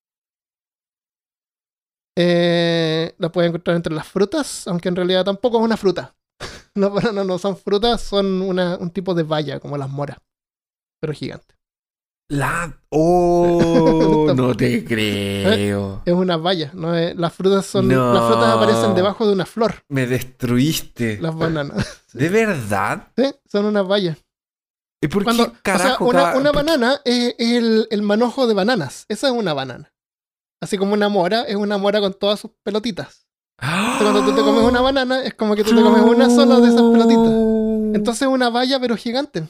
La pueden encontrar entre las frutas, aunque en realidad tampoco es una fruta. Las bananas no son frutas, son un tipo de baya, como las moras, pero gigante. ¡Oh! No te creo. Es una valla, ¿no? Las frutas No. las frutas aparecen debajo de una flor, Me destruiste. las bananas. ¿De verdad? ¿Sí? Son unas vallas. ¿Y por Cuando, qué carajo? una banana es el manojo de bananas. Esa es una banana. Así como una mora, es una mora con todas sus pelotitas. Entonces, cuando tú te comes una banana, es como que tú te comes una sola de esas pelotitas. Entonces es una valla, pero gigante.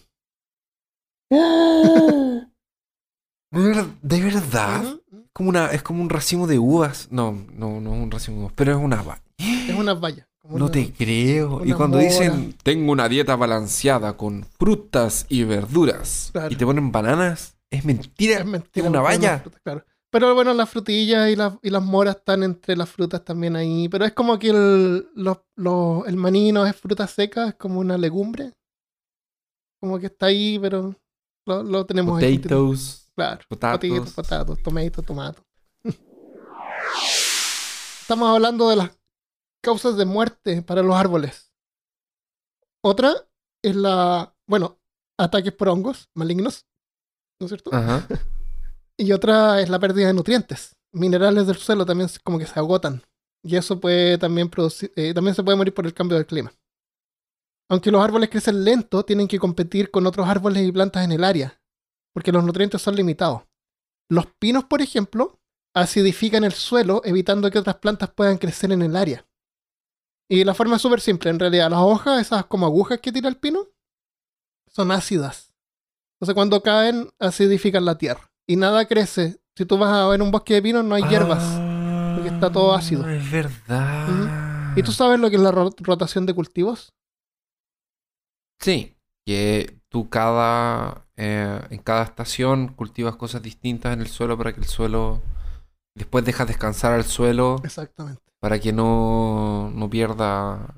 ¿De verdad? Ujú. Es como un racimo de uvas. No es un racimo de uvas, pero es una valla. Es una valla. Como No una- te creo. Y una cuando mora. dicen, tengo una dieta balanceada con frutas y verduras, Claro. y te ponen bananas, es mentira. Es mentira. Es una porque valla. frutas, claro. Pero bueno, las frutillas y las moras están entre las frutas también ahí. Pero es como que el maní no es fruta seca, es como una legumbre. Como que está ahí, pero lo tenemos ahí. Potatoes, Claro. potatoes. Potatos, tomato. Estamos hablando de las causas de muerte para los árboles. Otra es ataques por hongos malignos, ¿no es cierto? Ajá. Y otra es la pérdida de nutrientes. Minerales del suelo también como que se agotan. Y eso puede también producir, también se puede morir por el cambio del clima. Aunque los árboles crecen lento, tienen que competir con otros árboles y plantas en el área, porque los nutrientes son limitados. Los pinos, por ejemplo, acidifican el suelo, evitando que otras plantas puedan crecer en el área. Y la forma es súper simple, en realidad. Las hojas, esas como agujas que tira el pino, son ácidas. Entonces cuando caen, acidifican la tierra. Y nada crece. Si tú vas a ver un bosque de pinos, no hay hierbas. Porque está todo ácido. Es verdad. ¿Y tú sabes lo que es la rotación de cultivos? Sí, que tú en cada estación cultivas cosas distintas en el suelo para que el suelo... Después dejas descansar al suelo Exactamente. para que no pierda...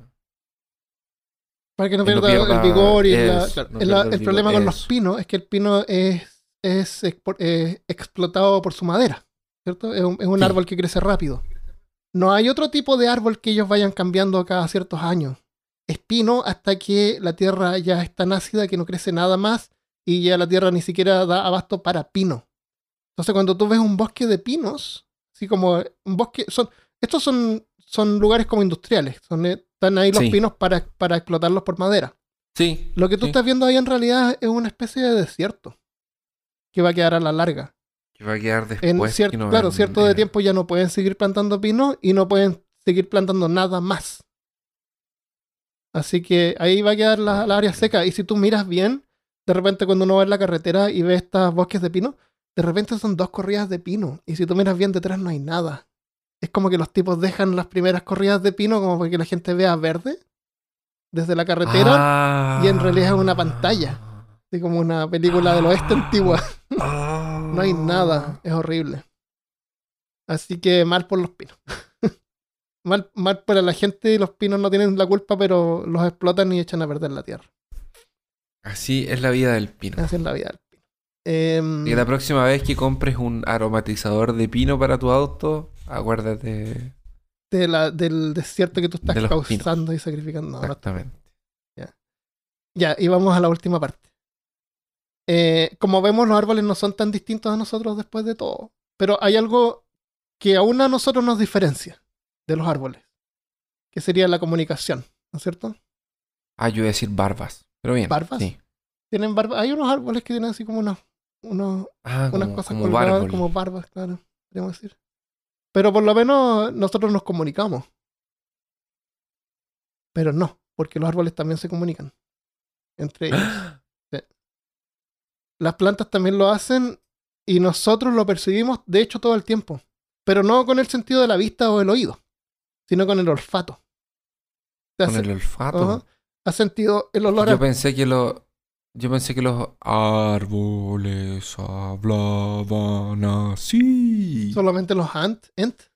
Para que no no pierda pierda el vigor y eso, claro, no pierda el el vigor, problema con los eso. pinos es que el pino es explotado por su madera, ¿cierto? Es un Sí. árbol que crece rápido. No hay otro tipo de árbol que ellos vayan cambiando cada ciertos años. Es pino hasta que la tierra ya es tan ácida que no crece nada más y ya la tierra ni siquiera da abasto para pino. Entonces cuando tú ves un bosque de pinos, así como un bosque, estos son lugares como industriales, están ahí los Sí. pinos para explotarlos por madera. Sí. Lo que tú sí. estás viendo ahí en realidad es una especie de desierto que va a quedar a la larga. Que va a quedar después. que no Claro, en- cierto de tiempo ya no pueden seguir plantando pinos y no pueden seguir plantando nada más. Así que ahí va a quedar la área seca. Y si tú miras bien, de repente cuando uno va en la carretera y ve estos bosques de pino, de repente son 2 corridas de pino. Y si tú miras bien detrás no hay nada. Es como que los tipos dejan las primeras corridas de pino como para que la gente vea verde desde la carretera. y en realidad es una pantalla. Así como una película del oeste antigua. No hay nada. Es horrible. Así que mal por los pinos. mal para la gente. Los pinos no tienen la culpa, pero los explotan y echan a perder la tierra. Así es la vida del pino. Así es la vida del pino. Y la próxima vez que compres un aromatizador de pino para tu auto, acuérdate. Del desierto que tú estás De los causando y sacrificando. No, no está bien. Exactamente. Ya, y vamos a la última parte. Como vemos, los árboles no son tan distintos a nosotros después de todo. Pero hay algo que aún a nosotros nos diferencia de los árboles. Que sería la comunicación, ¿no es cierto? Yo iba a decir barbas. Pero bien. ¿Barbas? Sí. Tienen barbas. Hay unos árboles que tienen así como unas Como, cosas como colgadas, bárbol. como barbas, claro, podríamos decir. Pero por lo menos nosotros nos comunicamos. Pero no, porque los árboles también se comunican entre ellos. Sí. Las plantas también lo hacen y nosotros lo percibimos, de hecho, todo el tiempo. Pero no con el sentido de la vista o el oído, sino con el olfato. Con el olfato. Ajá. ¿Has sentido el olor Yo pensé que los árboles hablaban así. solamente los ant?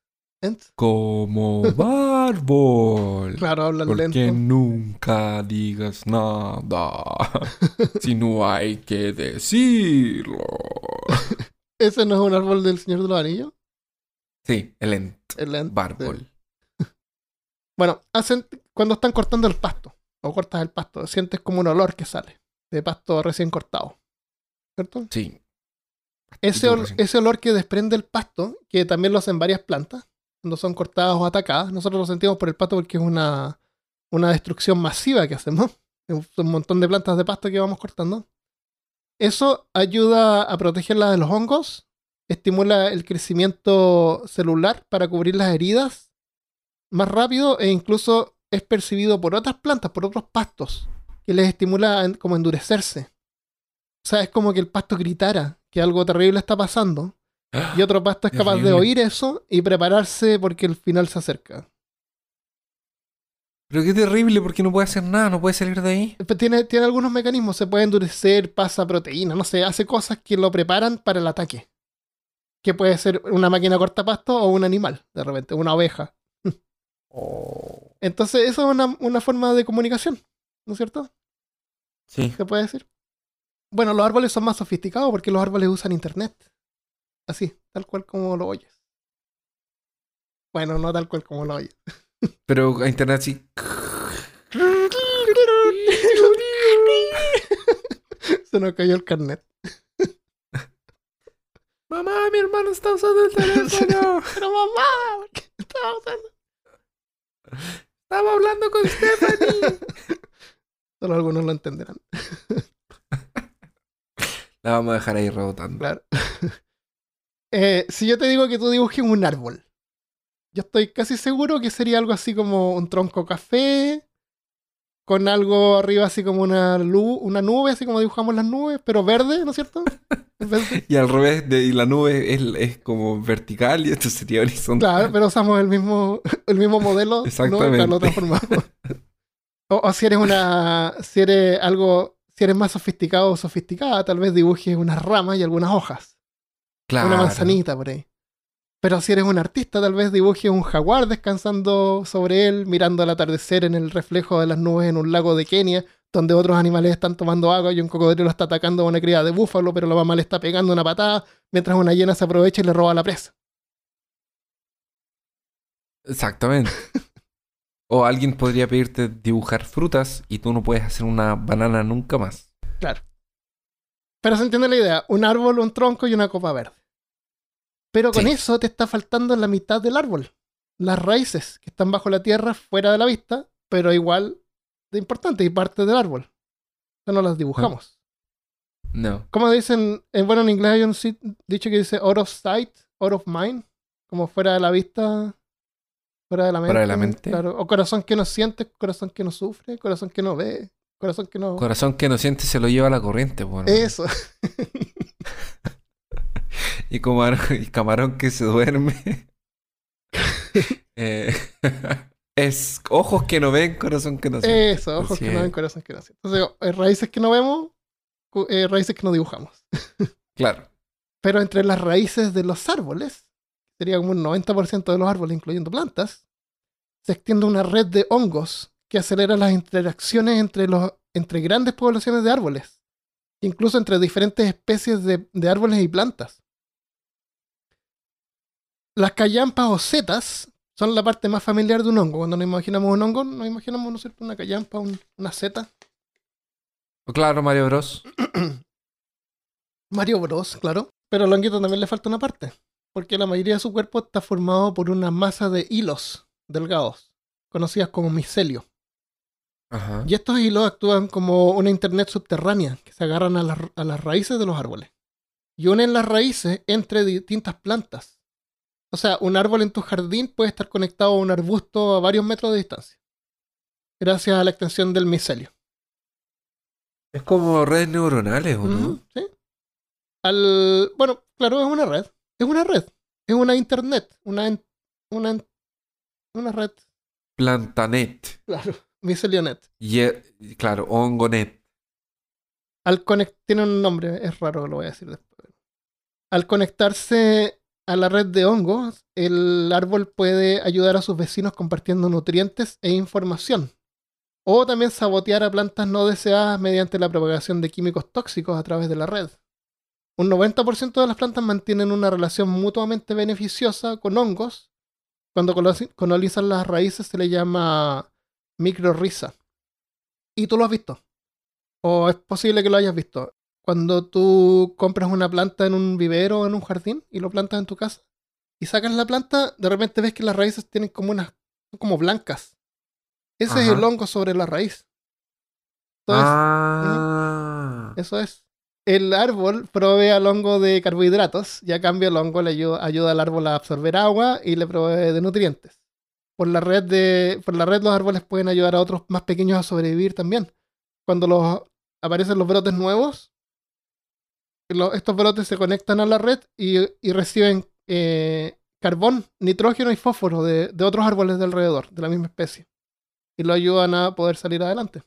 Como bárbol. Claro, hablan Porque lento. nunca digas nada. Si no hay que decirlo. ¿Ese no es un árbol del Señor de los Anillos? Sí, el ent. El ant. Bárbol. Bueno, cuando están cortando el pasto, o cortas el pasto, sientes como un olor que sale de pasto recién cortado. ¿Cierto? Sí. ese olor que desprende el pasto, que también lo hacen varias plantas, cuando son cortadas o atacadas, nosotros lo sentimos por el pasto porque es una destrucción masiva que hacemos. Es un montón de plantas de pasto que vamos cortando. Eso ayuda a protegerla de los hongos, estimula el crecimiento celular para cubrir las heridas más rápido e incluso es percibido por otras plantas, por otros pastos, que les estimula como endurecerse. O sea, es como que el pasto gritara que algo terrible está pasando y otro pasto es capaz de oír eso y prepararse porque el final se acerca. Pero qué terrible, porque no puede hacer nada, no puede salir de ahí. Tiene algunos mecanismos, se puede endurecer, pasa proteína, no sé, hace cosas que lo preparan para el ataque. Que puede ser una máquina cortapasto o un animal, de repente, una oveja. Oh. Entonces, eso es una forma de comunicación, ¿no es cierto? Sí. ¿Se puede decir? Bueno, los árboles son más sofisticados porque los árboles usan internet. Así, tal cual como lo oyes. Bueno, no tal cual como lo oyes. Pero a internet sí. Se nos cayó el carnet. Mamá, mi hermano está usando el teléfono. Pero mamá, ¿por qué estaba usando? Estaba hablando con Stephanie. Solo algunos lo entenderán. La vamos a dejar ahí rebotando. Claro. Si yo te digo que tú dibujes un árbol, yo estoy casi seguro que sería algo así como un tronco café, con algo arriba así como una nube, así como dibujamos las nubes, pero verde, ¿no es cierto? Y al revés, y la nube es como vertical y esto sería horizontal. Claro, pero usamos el mismo modelo, exactamente. ¿no? Lo transformamos. O si eres si eres más sofisticado o sofisticada, tal vez dibujes unas ramas y algunas hojas. Claro. Una manzanita por ahí. Pero si eres un artista, tal vez dibujes un jaguar descansando sobre él, mirando al atardecer en el reflejo de las nubes en un lago de Kenia, donde otros animales están tomando agua y un cocodrilo está atacando a una cría de búfalo, pero la mamá le está pegando una patada, mientras una hiena se aprovecha y le roba la presa. Exactamente. O alguien podría pedirte dibujar frutas y tú no puedes hacer una banana nunca más. Claro. Pero se entiende la idea. Un árbol, un tronco y una copa verde. Pero con eso te está faltando la mitad del árbol. Las raíces que están bajo la tierra, fuera de la vista, pero igual de importante y parte del árbol. Eso no las dibujamos. No. Como dicen, bueno, en inglés hay un dicho que dice out of sight, out of mind. Como fuera de la vista, fuera de la mente. Fuera de la mente. Claro. O corazón que no siente, corazón que no sufre, corazón que no ve, corazón que no... Corazón que no siente se lo lleva la corriente, bueno. Eso. Y camarón que se duerme. Es ojos que no ven, corazón que no siente. Eso, ojos que no ven, corazón que no siente. Entonces, raíces que no vemos, raíces que no dibujamos. Claro. Pero entre las raíces de los árboles, sería como un 90% de los árboles, incluyendo plantas, se extiende una red de hongos que acelera las interacciones entre grandes poblaciones de árboles, incluso entre diferentes especies de árboles y plantas. Las callampas o setas son la parte más familiar de un hongo. Cuando nos imaginamos un hongo, nos imaginamos, ¿no es cierto?, una callampa, una seta. Claro, Mario Bros. Mario Bros, claro. Pero al honguito también le falta una parte, porque la mayoría de su cuerpo está formado por una masa de hilos delgados, conocidas como micelio. Ajá. Y estos hilos actúan como una internet subterránea que se agarran a las raíces de los árboles y unen las raíces entre distintas plantas. O sea, un árbol en tu jardín puede estar conectado a un arbusto a varios metros de distancia, gracias a la extensión del micelio. Es como redes neuronales, ¿o no? Sí. Bueno, claro, es una red. Es una red. Es una internet. Una red. Plantanet. Claro. Micelionet. Y claro, Hongonet. Tiene un nombre, es raro, lo voy a decir después. Al conectarse a la red de hongos, el árbol puede ayudar a sus vecinos compartiendo nutrientes e información. O también sabotear a plantas no deseadas mediante la propagación de químicos tóxicos a través de la red. Un 90% de las plantas mantienen una relación mutuamente beneficiosa con hongos. Cuando colonizan las raíces se le llama microrriza. Y tú lo has visto. O es posible que lo hayas visto. cuando tú compras una planta en un vivero o en un jardín y lo plantas en tu casa y sacas la planta, de repente ves que las raíces tienen como blancas. Ese es el Ajá. hongo sobre la raíz. Entonces, Ah. eso es. El árbol provee al hongo de carbohidratos y a cambio el hongo le ayuda al árbol a absorber agua y le provee de nutrientes. Por la red los árboles pueden ayudar a otros más pequeños a sobrevivir también. Cuando aparecen los brotes nuevos, estos brotes se conectan a la red y reciben carbón, nitrógeno y fósforo de otros árboles de alrededor, de la misma especie. Y lo ayudan a poder salir adelante.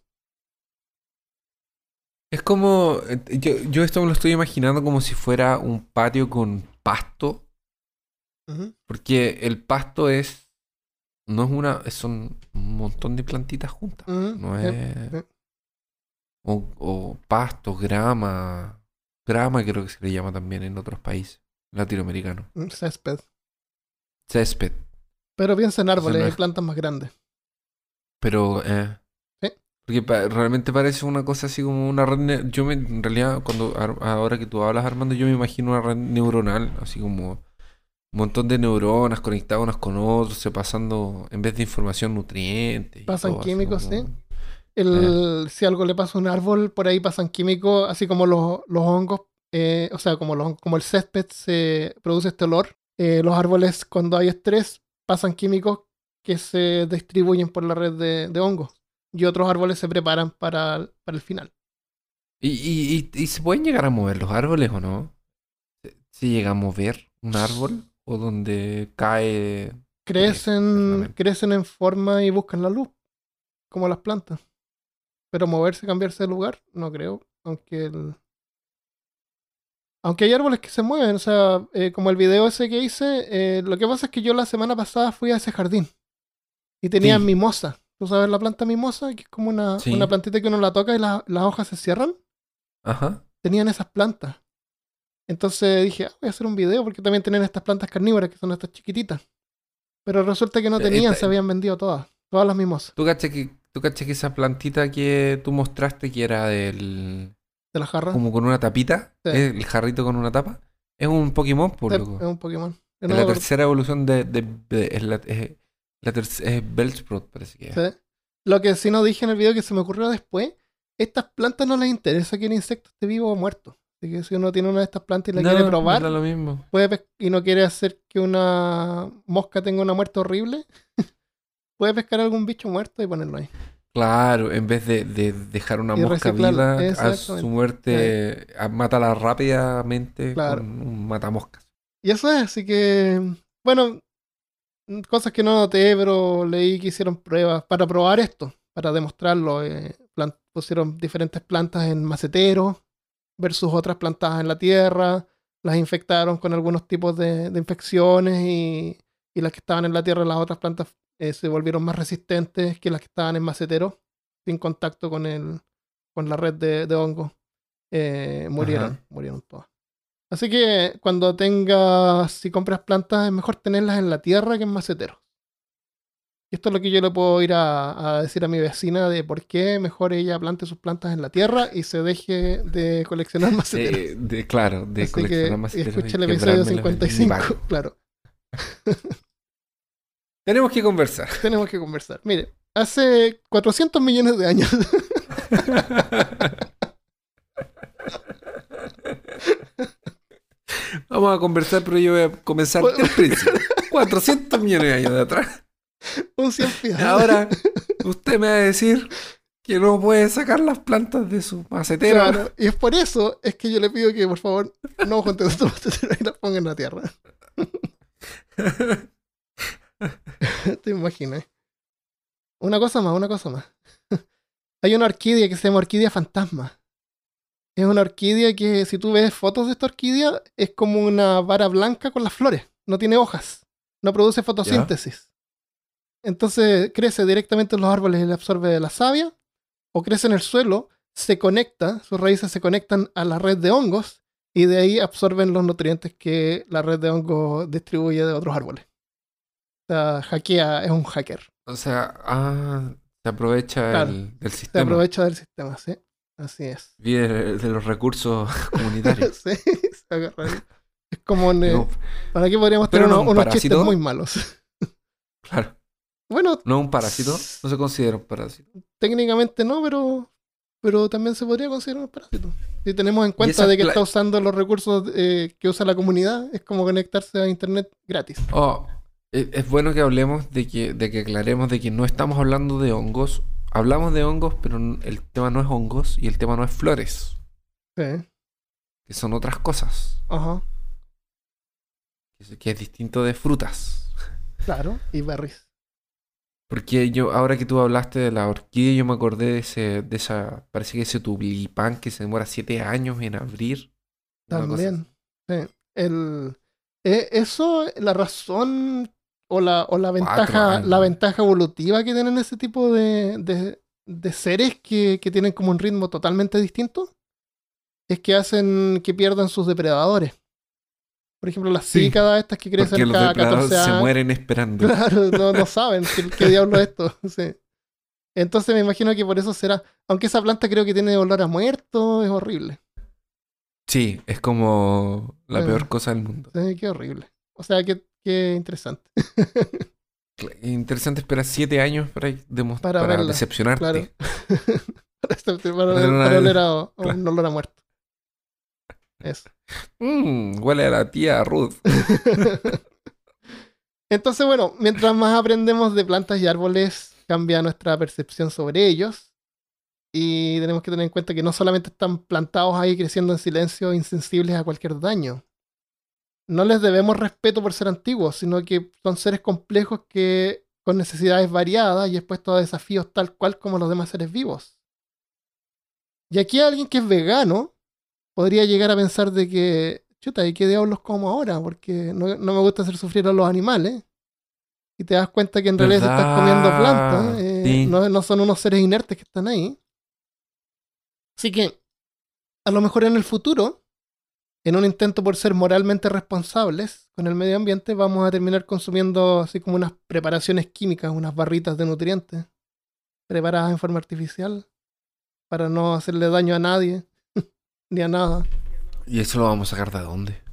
Es como, yo esto me lo estoy imaginando como si fuera un patio con pasto, Ujú, porque el pasto no es son un montón de plantitas juntas, ujú, no sí, es, sí. o pasto, grama creo que se le llama también en otros países latinoamericanos, Césped. césped, Pero piensa en entonces árboles, no hay es, plantas más grandes. pero, Sí. porque realmente parece una cosa así como una red, en realidad, ahora que tú hablas, Armando, yo me imagino una red neuronal, así como un montón de neuronas conectadas unas con otras, se pasando, en vez de información, nutrientes y Pasan todo, así químicos, sí. como... eh, Si algo le pasa a un árbol, por ahí pasan químicos, así como los hongos, o sea, como el césped se produce este olor, los árboles cuando hay estrés pasan químicos que se distribuyen por la red de hongos y otros árboles se preparan para el final. y se pueden llegar a mover los árboles o no? ¿Se llega a mover un árbol o donde cae Crecen, eternamente? crecen en forma y buscan la luz, como las plantas. Pero moverse, cambiarse de lugar, no creo, aunque hay árboles que se mueven, o sea, como el video ese que hice, lo que pasa es que yo la semana pasada fui a ese jardín y tenía Sí, mimosa. ¿Tú sabes la planta mimosa? Que es como una sí, plantita que uno la toca y las hojas se cierran. ajá. Tenían esas plantas. Entonces dije, voy a hacer un video porque también tienen estas plantas carnívoras que son estas chiquititas. Pero resulta que no tenían, se habían vendido todas las mimosas ¿Tú caché que esa plantita que tú mostraste que era de la jarra. como con una tapita, Sí, el jarrito con una tapa, es un Pokémon, por sí, loco. es un Pokémon. Yo Es no me la acuerdo. tercera evolución es Bellsprout, parece que es. Sí. Lo que sí no dije en el video que se me ocurrió después, estas plantas no les interesa que el insecto esté vivo o muerto. Así que si uno tiene una de estas plantas y la quiere No, me da probar, lo mismo. y no quiere hacer que una mosca tenga una muerte horrible, puede pescar algún bicho muerto y ponerlo ahí. Claro, en vez de dejar una Y mosca reciclarlo. viva, a su Exactamente. muerte, mátala rápidamente con Claro. un matamoscas. Y eso es, así que, bueno, cosas que no noté, pero leí que hicieron pruebas para probar esto, para demostrarlo. Pusieron diferentes plantas en maceteros versus otras plantadas en la tierra, las infectaron con algunos tipos de infecciones y las que estaban en la tierra, las otras plantas se volvieron más resistentes que las que estaban en maceteros, sin contacto con la red de hongos. Ajá. Murieron todas. Así que si compras plantas, es mejor tenerlas en la tierra que en maceteros. Y esto es lo que yo le puedo ir a decir a mi vecina de por qué mejor ella plante sus plantas en la tierra y se deje de coleccionar maceteros. Claro, de Así coleccionar que maceteros y escucha el episodio quebrármelos en mi 55, patio. claro. Tenemos que conversar. Tenemos que conversar. Mire, hace 400 millones de años, Vamos a conversar, pero yo voy a comenzar del principio. 400 millones de años de atrás. un cien pies. Ahora, usted me va a decir que no puede sacar las plantas de su macetero. Claro, y es por eso es que yo le pido que por favor no junten sus maceteros y las pongan en la tierra. Te imaginas. Una cosa más. Hay una orquídea que se llama orquídea fantasma. Es una orquídea que, si tú ves fotos de esta orquídea, es como una vara blanca con las flores. No tiene hojas. No produce ¿Ya? fotosíntesis. Entonces crece directamente en los árboles y le absorbe de la savia. O crece en el suelo, sus raíces se conectan a la red de hongos y de ahí absorben los nutrientes que la red de hongos distribuye de otros árboles. O sea, es un hacker. O sea, se aprovecha Claro, del se sistema. aprovecha del sistema, ¿sí? Así es. Vive de los recursos comunitarios. Sí, se agarra ahí. Es como No, ¿para qué podríamos pero tener no un unos chistes parásito. muy malos? Claro. Bueno, No un parásito. No se considera un parásito. técnicamente no, pero también se podría considerar un parásito. Si tenemos en Y cuenta esas de que pla- está usando los recursos que usa la comunidad, es como conectarse a internet gratis. Oh, es bueno que hablemos de que aclaremos de que no estamos hablando de hongos. Hablamos de hongos, pero el tema no es hongos y el tema no es flores, Sí, que son otras cosas, ajá, que es distinto de frutas. claro, y berries. Porque yo, ahora que tú hablaste de la orquídea, yo me acordé de esa, parece que ese tulipán que se demora 7 años en abrir. Una cosa así. También. Sí. Eso, la razón o la 4 ventaja, la años. ventaja evolutiva que tienen ese tipo de seres que tienen como un ritmo totalmente distinto, es que hacen que pierdan sus depredadores. Por ejemplo, las Sí, cícadas estas que porque crecen los cada depredadores 14 se años. mueren esperando. Claro, no saben qué diablo es esto. Sí. Entonces me imagino que por eso será. Aunque esa planta creo que tiene olor a muerto, es horrible. Sí, es como la Eh, peor cosa del mundo. sí, qué horrible. O sea, qué interesante. Interesante esperar 7 años Para para verla, decepcionarte. claro. Para Para tener para oler una- a Claro. un olor a muerto. Eso. Huele a la tía Ruth. Entonces, bueno, mientras más aprendemos de plantas y árboles, cambia nuestra percepción sobre ellos. Y tenemos que tener en cuenta que no solamente están plantados ahí creciendo en silencio, insensibles a cualquier daño. No les debemos respeto por ser antiguos, sino que son seres complejos que con necesidades variadas y expuestos a desafíos tal cual como los demás seres vivos. Y aquí alguien que es vegano podría llegar a pensar de que, chuta, ¿y qué diablos como ahora? Porque no me gusta hacer sufrir a los animales. Y te das cuenta que en realidad se están comiendo plantas, ¿Verdad? Sí. no son unos seres inertes que están ahí. Así que, a lo mejor en el futuro, en un intento por ser moralmente responsables con el medio ambiente, vamos a terminar consumiendo así como unas preparaciones químicas, unas barritas de nutrientes preparadas en forma artificial para no hacerle daño a nadie ni a nada. ¿Y eso lo vamos a sacar de dónde?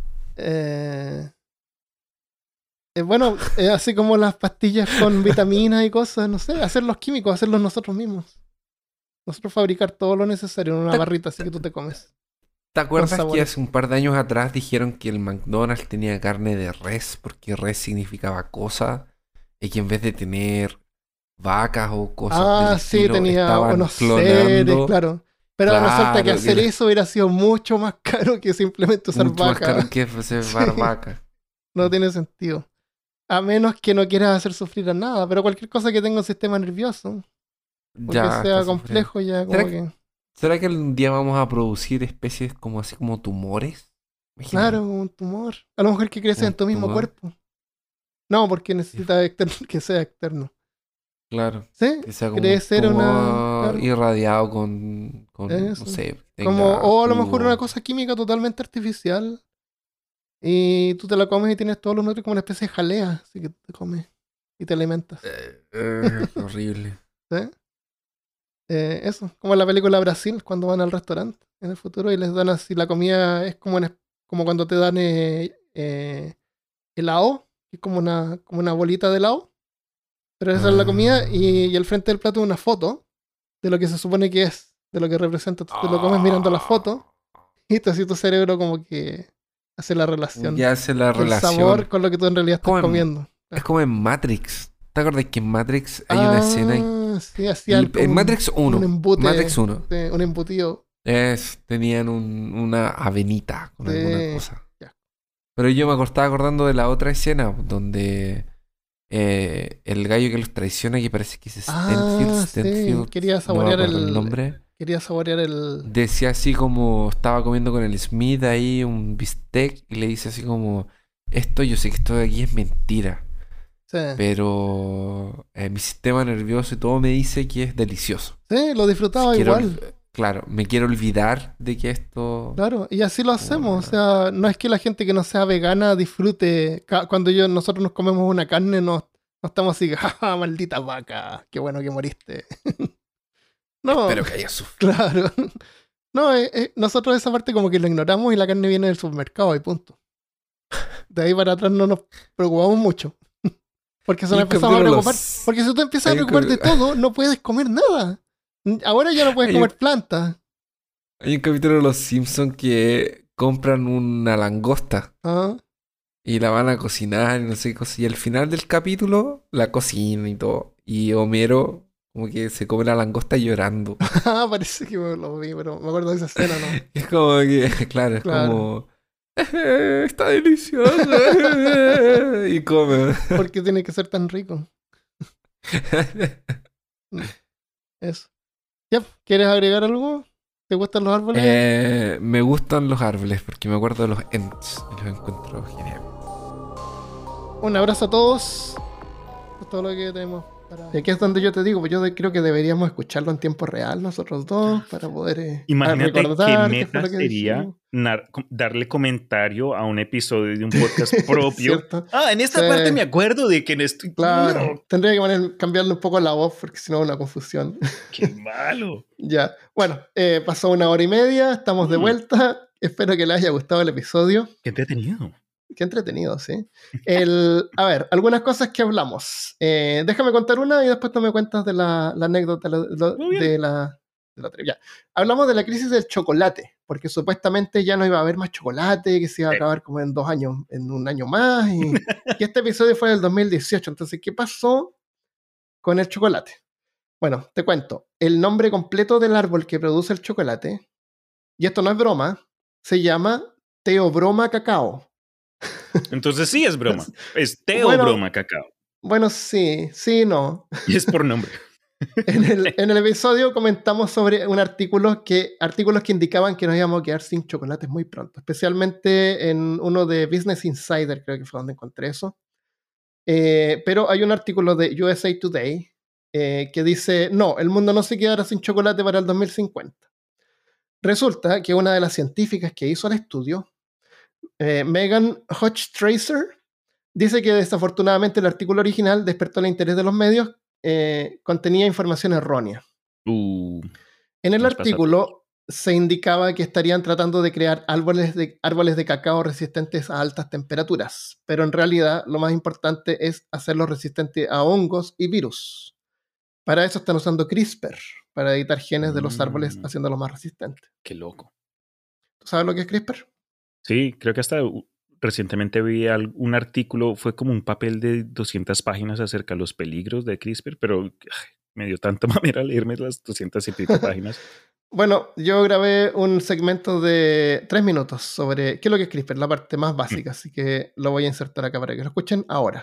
Bueno, así como las pastillas con vitaminas y cosas, no sé, hacerlos químicos, hacerlos nosotros mismos. Nosotros fabricar todo lo necesario en una ¿Te, barrita así que tú te comes. te acuerdas que sabores. hace un par de años atrás dijeron que el McDonald's tenía carne de res porque res significaba cosa y que en vez de tener vacas o cosas del Sí, estilo tenía estaban unos seres, clonando? claro. Pero resulta que Claro, hacer eso hubiera sido mucho más caro que simplemente usar mucho más vaca. caro que fuese Sí. vaca. No tiene sentido. A menos que no quieras hacer sufrir a nada, pero cualquier cosa que tenga un sistema nervioso, porque Ya sea está complejo, ya como ¿Será que... ¿Será que un día vamos a producir especies como así como tumores? Imagina, Claro, un tumor. A lo mejor que crece en un tu mismo tumor. cuerpo. No, porque necesita que sea externo. Claro, ¿Sí? que sea como un Crecer tumor claro, irradiado con no eso. sé, O a lo mejor una jugo. cosa química totalmente artificial. Y tú te la comes y tienes todos los nutrientes como una especie de jalea. Así que te comes y te alimentas. Horrible. ¿Sí? Eso, como en la película Brasil, cuando van al restaurante en el futuro y les dan así, la comida es como cuando te dan helado, que es como una bolita de helado, pero esa es la comida y al frente del plato una foto de lo que se supone que es, de lo que representa. Tú te lo comes mirando la foto y así tu cerebro como que hace la relación Ya hace la del sabor relación. con lo que tú en realidad estás Como en- comiendo. Es como en Matrix. ¿Te acuerdas que en Matrix hay una escena Sí, hacían como en Matrix 1? un embute, Matrix 1. un embutido. Tenían una avenita con alguna cosa. Ya. Pero yo me estaba acordando de la otra escena donde el gallo que los traiciona, que parece que es Stenfield, quería no me saborear acuerdo el nombre. Quería saborear el... Decía así como, estaba comiendo con el Smith ahí un bistec y le dice así como, yo sé que esto de aquí es mentira, Sí, pero mi sistema nervioso y todo me dice que es delicioso. sí, lo disfrutaba Quiero, igual. claro, me quiero olvidar de que esto... Claro, y así lo hacemos. O sea, no es que la gente que no sea vegana disfrute. Cuando nosotros nos comemos una carne, no estamos así, jaja, maldita vaca, qué bueno que moriste. No, Espero que haya sufrido. claro. No, nosotros esa parte como que lo ignoramos y la carne viene del supermercado y punto. De ahí para atrás no nos preocupamos mucho. Porque se nos empezamos a preocupar. Porque si tú empiezas a preocupar de todo, no puedes comer nada. Ahora ya no puedes comer plantas. Hay un capítulo de Los Simpsons que compran una langosta Ah, y la van a cocinar y no sé qué cosa. Y al final del capítulo la cocinan y todo. Y Homero como que se come la langosta llorando. parece que lo vi, pero me acuerdo de esa escena, ¿no? Es como que, claro, es Claro. como... está delicioso. Y come. ¿Por qué tiene que ser tan rico? Eso. Ya, ¿quieres agregar algo? ¿Te gustan los árboles? Me gustan los árboles porque me acuerdo de los Ents y los encuentro genial. Un abrazo a todos. Es todo lo que tenemos. Y aquí es donde yo te digo, pues yo creo que deberíamos escucharlo en tiempo real nosotros dos para poder Imagínate recordar qué qué fue meta lo que sería dijimos. darle comentario a un episodio de un podcast propio. ¿Cierto? En esta Sí. parte me acuerdo de que no estoy... Claro, No, tendría que cambiarle un poco la voz porque si no es una confusión. qué malo. Ya, bueno, pasó 1 hora y media, estamos de vuelta. Espero que les haya gustado el episodio. Qué entretenido. Qué entretenido, sí. A ver, algunas cosas que hablamos. Déjame contar una y después tú me cuentas de la anécdota Muy bien. de la trivia. Hablamos de la crisis del chocolate, porque supuestamente ya no iba a haber más chocolate, que se iba a acabar como en 2 años, en 1 año más. Y este episodio fue del 2018. Entonces, ¿qué pasó con el chocolate? Bueno, te cuento. El nombre completo del árbol que produce el chocolate, y esto no es broma, se llama Theobroma cacao. Entonces sí es broma. Es Bueno, Theobroma cacao. Bueno, sí, no. Y es por nombre. En el episodio comentamos sobre artículos que indicaban que nos íbamos a quedar sin chocolates muy pronto, especialmente en uno de Business Insider, creo que fue donde encontré eso. Pero hay un artículo de USA Today que dice, no, el mundo no se quedará sin chocolate para el 2050. Resulta que una de las científicas que hizo el estudio, Megan Hochstracer, dice que desafortunadamente el artículo original despertó el interés de los medios, contenía información errónea. En el nos pasa a artículo se indicaba que estarían tratando de crear árboles de cacao resistentes a altas temperaturas, pero en realidad lo más importante es hacerlos resistentes a hongos y virus. Para eso están usando CRISPR, para editar genes de los árboles haciéndolos más resistentes. Qué loco. ¿Tú sabes lo que es CRISPR? Sí, creo que hasta recientemente vi un artículo, fue como un papel de 200 páginas acerca de los peligros de CRISPR, pero me dio tanta mamera leerme las 200 y pico páginas. Bueno, yo grabé un segmento de 3 minutos sobre qué es lo que es CRISPR, la parte más básica, así que lo voy a insertar acá para que lo escuchen ahora.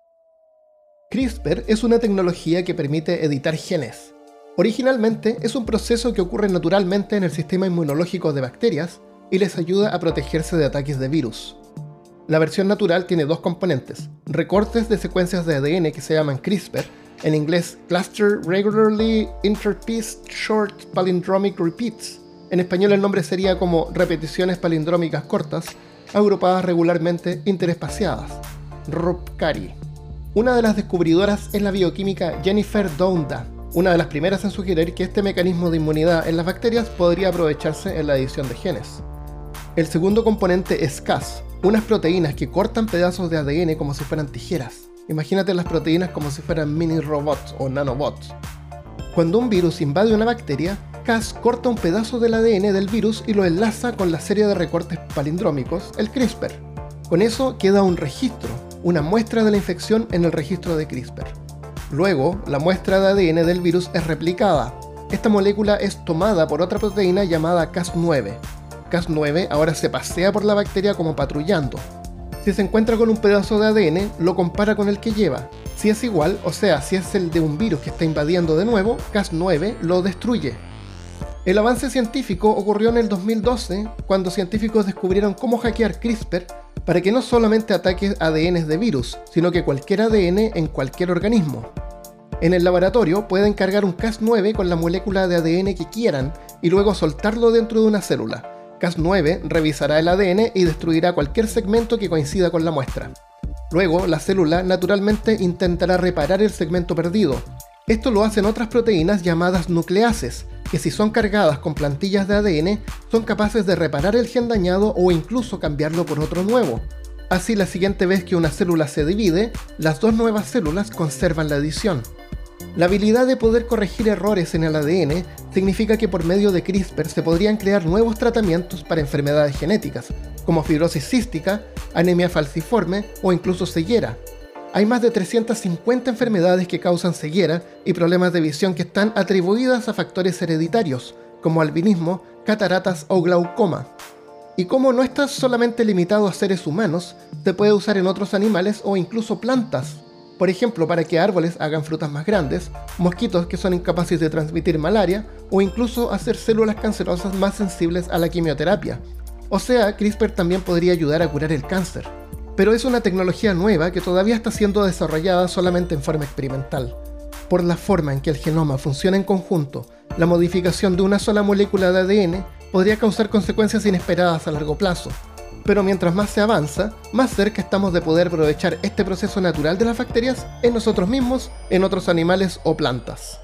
CRISPR es una tecnología que permite editar genes. Originalmente es un proceso que ocurre naturalmente en el sistema inmunológico de bacterias y les ayuda a protegerse de ataques de virus. La versión natural tiene 2 componentes, recortes de secuencias de ADN que se llaman CRISPR, en inglés Cluster Regularly Interspaced Short Palindromic Repeats. En español el nombre sería como repeticiones palindrómicas cortas, agrupadas regularmente interespaciadas, RUPCARI. Una de las descubridoras es la bioquímica Jennifer Doudna, una de las primeras en sugerir que este mecanismo de inmunidad en las bacterias podría aprovecharse en la edición de genes. El segundo componente es Cas, unas proteínas que cortan pedazos de ADN como si fueran tijeras. Imagínate las proteínas como si fueran mini robots o nanobots. Cuando un virus invade una bacteria, Cas corta un pedazo del ADN del virus y lo enlaza con la serie de recortes palindrómicos, el CRISPR. Con eso queda un registro, una muestra de la infección en el registro de CRISPR. Luego, la muestra de ADN del virus es replicada. Esta molécula es tomada por otra proteína llamada Cas9. Cas9 ahora se pasea por la bacteria como patrullando. Si se encuentra con un pedazo de ADN, lo compara con el que lleva. Si es igual, o sea, si es el de un virus que está invadiendo de nuevo, Cas9 lo destruye. El avance científico ocurrió en el 2012, cuando científicos descubrieron cómo hackear CRISPR para que no solamente ataque ADN de virus, sino que cualquier ADN en cualquier organismo. En el laboratorio pueden cargar un Cas9 con la molécula de ADN que quieran y luego soltarlo dentro de una célula. Cas9 revisará el ADN y destruirá cualquier segmento que coincida con la muestra. Luego, la célula naturalmente intentará reparar el segmento perdido. Esto lo hacen otras proteínas llamadas nucleases, que si son cargadas con plantillas de ADN, son capaces de reparar el gen dañado o incluso cambiarlo por otro nuevo. Así, la siguiente vez que una célula se divide, las dos nuevas células conservan la edición. La habilidad de poder corregir errores en el ADN significa que por medio de CRISPR se podrían crear nuevos tratamientos para enfermedades genéticas, como fibrosis cística, anemia falciforme o incluso ceguera. Hay más de 350 enfermedades que causan ceguera y problemas de visión que están atribuidas a factores hereditarios, como albinismo, cataratas o glaucoma. Y como no está solamente limitado a seres humanos, se puede usar en otros animales o incluso plantas. Por ejemplo, para que árboles hagan frutas más grandes, mosquitos que son incapaces de transmitir malaria o incluso hacer células cancerosas más sensibles a la quimioterapia. O sea, CRISPR también podría ayudar a curar el cáncer. Pero es una tecnología nueva que todavía está siendo desarrollada solamente en forma experimental. Por la forma en que el genoma funciona en conjunto, la modificación de una sola molécula de ADN podría causar consecuencias inesperadas a largo plazo. Pero mientras más se avanza, más cerca estamos de poder aprovechar este proceso natural de las bacterias en nosotros mismos, en otros animales o plantas.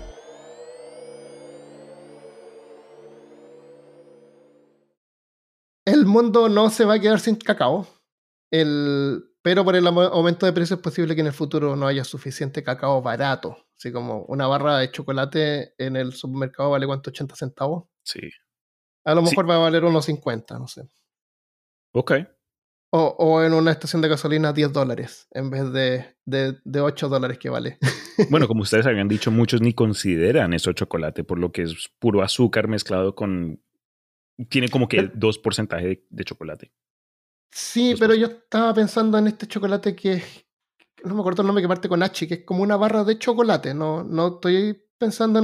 El mundo no se va a quedar sin cacao, pero por el aumento de precios es posible que en el futuro no haya suficiente cacao barato. Así como una barra de chocolate en el supermercado vale ¿cuánto? 80 centavos. Sí. A lo Sí. mejor va a valer unos 50, no sé. Ok. O en una estación de gasolina $10 en vez de $8 que vale. Bueno, como ustedes habían dicho, muchos ni consideran eso chocolate, por lo que es puro azúcar mezclado con... Tiene como que 2% de chocolate. Sí, 2%. pero yo estaba pensando en este chocolate que no me acuerdo el nombre, que parte con H, que es como una barra de chocolate. No estoy pensando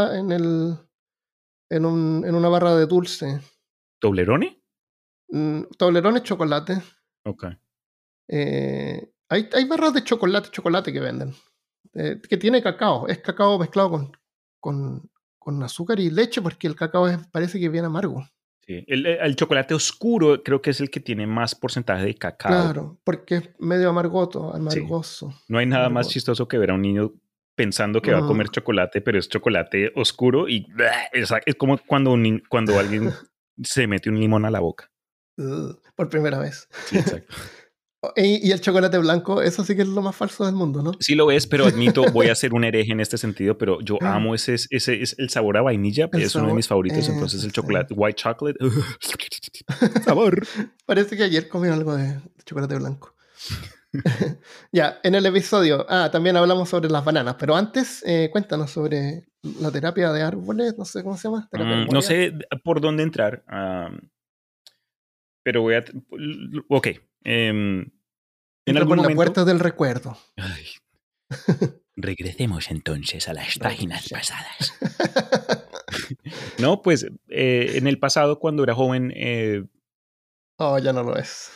en una barra de dulce. ¿Toblerone? Toblerone es chocolate. Ok. Hay barras de chocolate que venden. Que tiene cacao. Es cacao mezclado con azúcar y leche, porque el cacao parece que es bien amargo. Sí. El chocolate oscuro creo que es el que tiene más porcentaje de cacao. Claro, porque es medio Sí. amargoso. No hay nada más chistoso que ver a un niño pensando que va a comer chocolate, pero es chocolate oscuro y es como cuando alguien se mete un limón a la boca. Por primera vez. Sí, exacto. Y el chocolate blanco, eso sí que es lo más falso del mundo, ¿no? Sí lo es, pero admito, voy a ser un hereje en este sentido, pero yo amo ese es el sabor a vainilla, El es uno de sabor, mis favoritos, entonces el chocolate, white chocolate, sabor. Parece que ayer comí algo de chocolate blanco. Ya, en el episodio, también hablamos sobre las bananas, pero antes cuéntanos sobre la terapia de árboles, no sé cómo se llama. No sé por dónde entrar, pero voy a... Ok. En Entra algún por la momento... puerta del recuerdo. Ay, regresemos entonces a las páginas pasadas. No, pues en el pasado, cuando era joven... Oh, ya no lo es.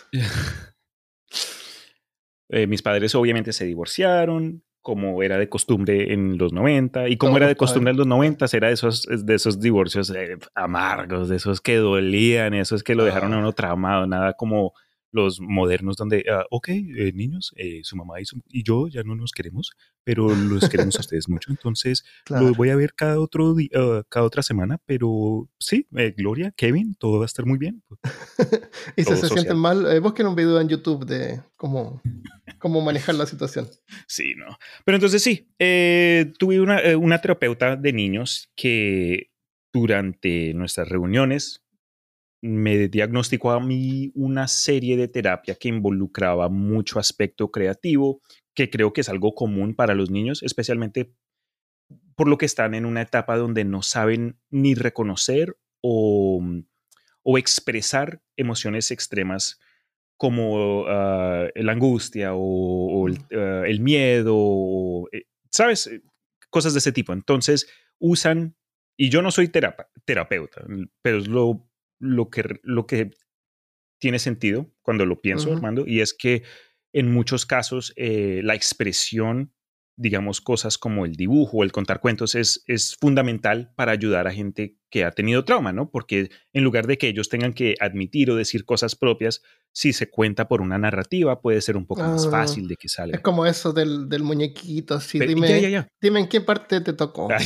Mis padres obviamente se divorciaron, como era de costumbre en los 90, y como Todos era los de costumbre en los padres. 90, era de esos divorcios amargos, de esos que dolían, esos que lo dejaron a uno traumado, nada como los modernos donde, ok, niños, su mamá y yo ya no nos queremos, pero los queremos a ustedes mucho, entonces los Claro. voy a ver cada otra semana, pero sí, Gloria, Kevin, todo va a estar muy bien. Y si Todo se sienten social. mal, busquen un video en YouTube de cómo manejar la situación. Sí, no. Pero entonces sí, tuve una terapeuta de niños que durante nuestras reuniones me diagnosticó a mí una serie de terapia que involucraba mucho aspecto creativo, que creo que es algo común para los niños, especialmente por lo que están en una etapa donde no saben ni reconocer o expresar emociones extremas como la angustia o el miedo, ¿sabes? Cosas de ese tipo. Entonces usan, y yo no soy terapeuta, pero es lo que tiene sentido cuando lo pienso, Ujú. Armando, y es que en muchos casos la expresión digamos, cosas como el dibujo o el contar cuentos es fundamental para ayudar a gente que ha tenido trauma, ¿no? Porque en lugar de que ellos tengan que admitir o decir cosas propias, si se cuenta por una narrativa, puede ser un poco más Ah, fácil de que es salga. como eso del muñequito, así, Pero, ya. dime en qué parte te tocó. Ah,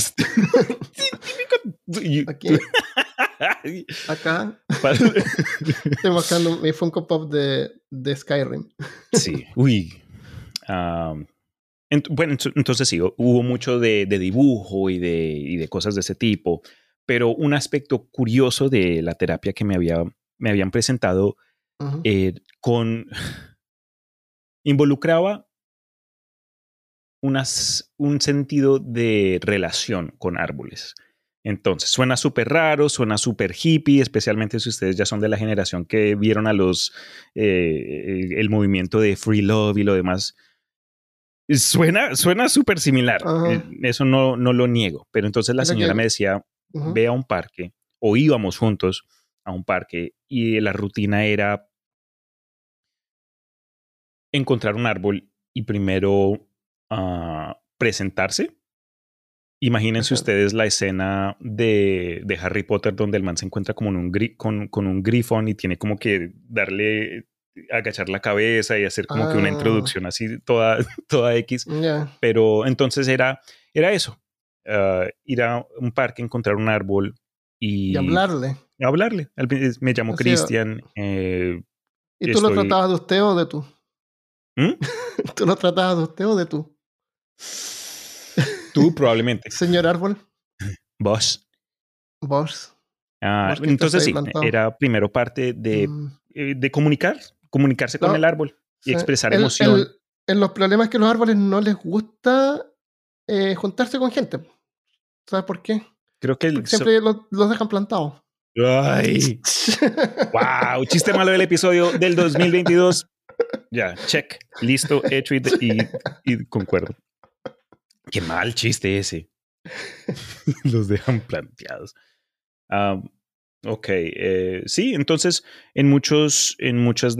Aquí, acá, estoy buscando mi Funko Pop de Skyrim. Sí, uy. Bueno, entonces sí, hubo mucho de dibujo y de cosas de ese tipo, pero un aspecto curioso de la terapia que me habían presentado Ujú. involucraba un sentido de relación con árboles. Entonces, suena súper raro, suena súper hippie, especialmente si ustedes ya son de la generación que vieron a el movimiento de Free Love y lo demás. Suena súper similar, Ajá. eso no lo niego, pero entonces la Creo señora me que, decía, ujú. ve a un parque, o íbamos juntos a un parque, y la rutina era encontrar un árbol y primero presentarse. Imagínense Presente. ustedes la escena de Harry Potter donde el man se encuentra como con un grifón y tiene como que agachar la cabeza y hacer como que una Ah, introducción así toda, toda X. ya. Pero entonces era eso, ir a un parque, encontrar un árbol Y y hablarle. hablarle. Me llamo Así, Cristian, ¿y tú lo estoy... tratabas de usted o de tú? ¿Mm? ¿Tú lo tratabas de usted o de tú? Tú probablemente, Señor árbol, vos. vos, vos que estás Entonces ahí sí, plantado. era primero parte Mm, de comunicarse con el no, árbol y sí. expresar emoción. En los problemas que los árboles no les gusta juntarse con gente. ¿Sabes por qué? Creo que Porque siempre los dejan plantados. ¡Ay! ¡Wow! Chiste malo del episodio del 2022. Ya, check. Listo, hecho y concuerdo. Qué mal chiste ese. Los dejan planteados. Ah, ok, sí, entonces en muchas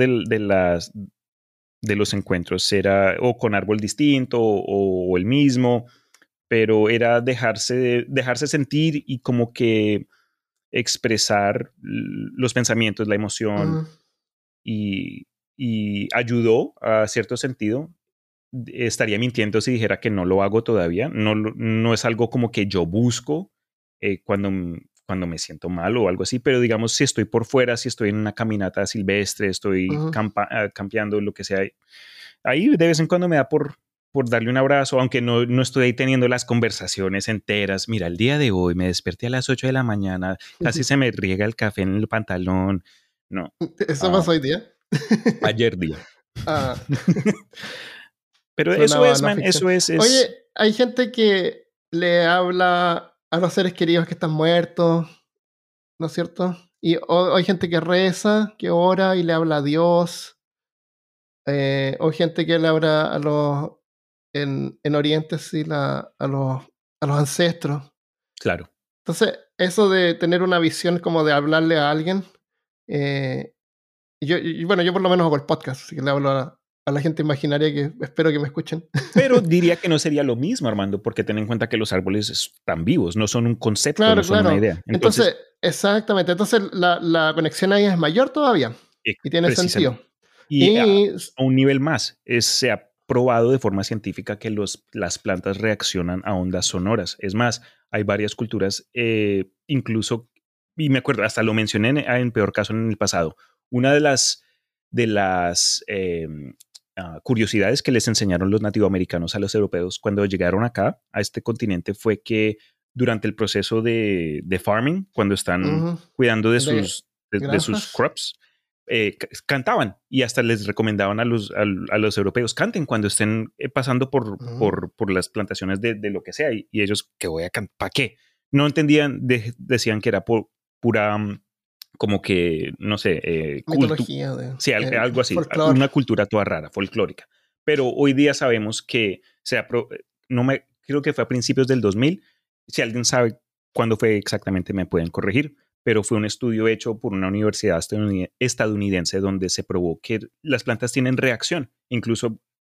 de los encuentros era o con árbol distinto o el mismo, pero era dejarse sentir y como que expresar los pensamientos, la emoción Mm, y, y ayudó a cierto sentido. Estaría mintiendo si dijera que no lo hago todavía. No es algo como que yo busco cuando me siento mal o algo así, pero digamos, si estoy por fuera, si estoy en una caminata silvestre, estoy ujú. campeando, lo que sea, ahí de vez en cuando me da por darle un abrazo, aunque no estoy ahí teniendo las conversaciones enteras. Mira, el día de hoy me desperté a las 8 de la mañana, casi se me riega el café en el pantalón. No, ¿Eso ah, pasó hoy día? ayer día. Ah, Pero eso sonaba es, no man, ficción. eso es. Oye, hay gente que le habla a los seres queridos que están muertos, ¿no es cierto? Y hay gente que reza, que ora y le habla a Dios. O gente que le habla a los en Oriente, sí, a los ancestros. Claro. Entonces, eso de tener una visión como de hablarle a alguien, eh, bueno, yo por lo menos hago el podcast, así que le hablo a la gente imaginaria que espero que me escuchen. Pero diría que no sería lo mismo, Armando, porque ten en cuenta que los árboles están vivos, no son un concepto, no Claro, son una claro. idea. Entonces, Entonces, exactamente. Entonces, la conexión ahí es mayor todavía y tiene sentido. precisamente. Y Y a un nivel más, se ha probado de forma científica que las plantas reaccionan a ondas sonoras. Es más, hay varias culturas, incluso, y me acuerdo, hasta lo mencioné en peor caso en el pasado, una de las curiosidades que les enseñaron los nativoamericanos a los europeos cuando llegaron acá, a este continente, fue que durante el proceso de farming, cuando están ujú, cuidando de de sus granjas. crops, cantaban y hasta les recomendaban a los europeos, canten cuando estén pasando Ujú. por las plantaciones de lo que sea. Y ellos, ¿qué voy a cantar? ¿Para qué? No entendían, decían que era pura, como que, no sé, Mitología sí, algo así, folclore. una cultura toda rara, folclórica. Pero hoy día sabemos que creo que fue a principios del 2000. Si alguien sabe cuándo fue exactamente, me pueden corregir, pero fue un estudio hecho por una universidad estadounidense donde se probó que las plantas tienen reacción, incluso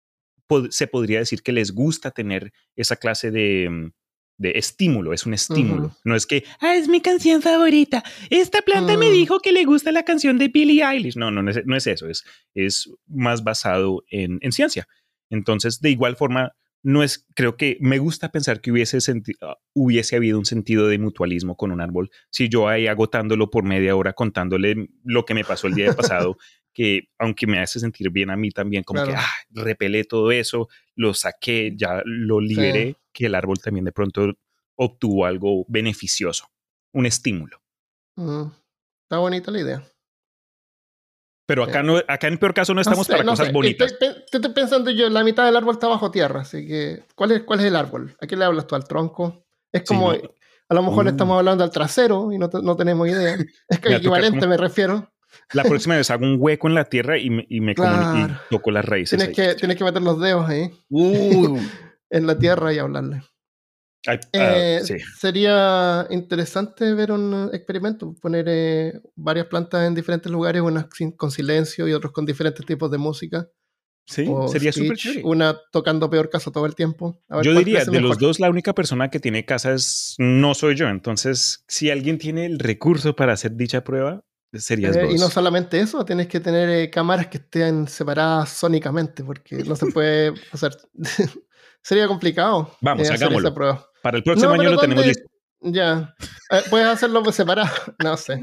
se podría decir que les gusta tener esa clase de estímulo, es un estímulo. No es que, es mi canción favorita. Esta planta me dijo que le gusta la canción de Billie Eilish. No es eso, es más basado en ciencia. Entonces, de igual forma, creo que me gusta pensar que hubiese habido un sentido de mutualismo con un árbol. Si yo ahí agotándolo por media hora contándole lo que me pasó el día pasado, que aunque me hace sentir bien a mí también, como que repelé todo eso, lo saqué, ya lo liberé, que el árbol también de pronto obtuvo algo beneficioso, un estímulo. Está bonita la idea. Pero acá en peor caso no estamos para cosas bonitas. Estoy pensando yo, la mitad del árbol está bajo tierra, así que ¿cuál es el árbol? ¿A qué le hablas tú? ¿Al tronco? Es como, sí, no. A lo mejor estamos hablando al trasero y no tenemos idea. Es que equivalente me refiero. La próxima vez hago un hueco en la tierra y toco las raíces. Tienes que meter los dedos ahí en la tierra y hablarle. Sí. Sería interesante ver un experimento, poner varias plantas en diferentes lugares, unas con silencio y otros con diferentes tipos de música. Sí, sería súper chévere. Una tocando peor caso todo el tiempo. Yo diría, de los dos, la única persona que tiene casa no soy yo. Entonces, si alguien tiene el recurso para hacer dicha prueba, serías vos. Y no solamente eso, tienes que tener cámaras que estén separadas sónicamente, porque no se puede hacer. Sería complicado. Vamos, hacer hagámoslo. esa prueba. Para el próximo año lo tenemos listo. Ya. Puedes hacerlo separado. No sé.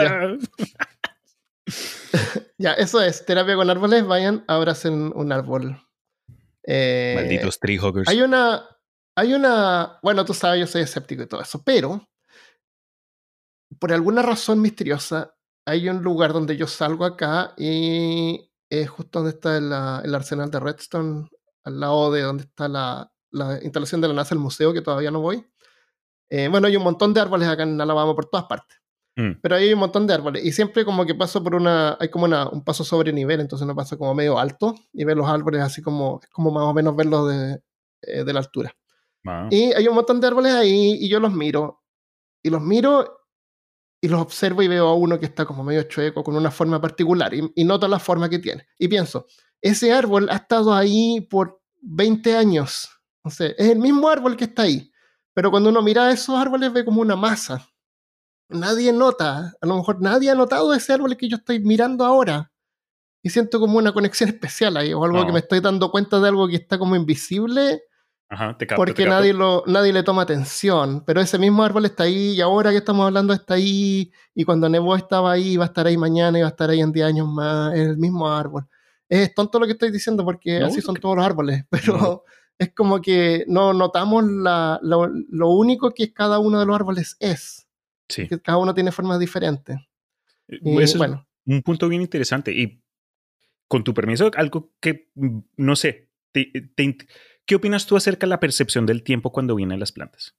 Ya, eso es. Terapia con árboles. Vayan, abracen un árbol. Malditos treehuggers. Hay una. Bueno, tú sabes, yo soy escéptico y todo eso, pero por alguna razón misteriosa, hay un lugar donde yo salgo acá y es justo donde está el arsenal de Redstone, al lado de donde está la instalación de la NASA, el museo, que todavía no voy. Bueno, hay un montón de árboles acá en Alabama por todas partes. Pero hay un montón de árboles. Y siempre como que paso por hay como un paso sobre nivel, entonces uno pasa como medio alto y ve los árboles así como, es como más o menos verlos de la altura. Wow. Y hay un montón de árboles ahí y yo los miro. Y los observo y veo a uno que está como medio chueco, con una forma particular. Y noto la forma que tiene. Y pienso, ese árbol ha estado ahí por 20 años. No sé, es el mismo árbol que está ahí. Pero cuando uno mira esos árboles ve como una masa. Nadie nota, a lo mejor nadie ha notado ese árbol que yo estoy mirando ahora. Y siento como una conexión especial ahí, o algo que me estoy dando cuenta de algo que está como invisible. Ajá, te capto, porque nadie le toma atención. Pero ese mismo árbol está ahí, y ahora que estamos hablando está ahí, y cuando nevó estaba ahí, va a estar ahí mañana, y va a estar ahí en 10 años más, es el mismo árbol. Es tonto lo que estoy diciendo, porque así son todos los árboles, pero es como que no notamos lo único que cada uno de los árboles es. Sí. Que cada uno tiene formas diferentes. Eso es un punto bien interesante. Y con tu permiso, algo que, no sé, ¿qué opinas tú acerca de la percepción del tiempo cuando vienen las plantas?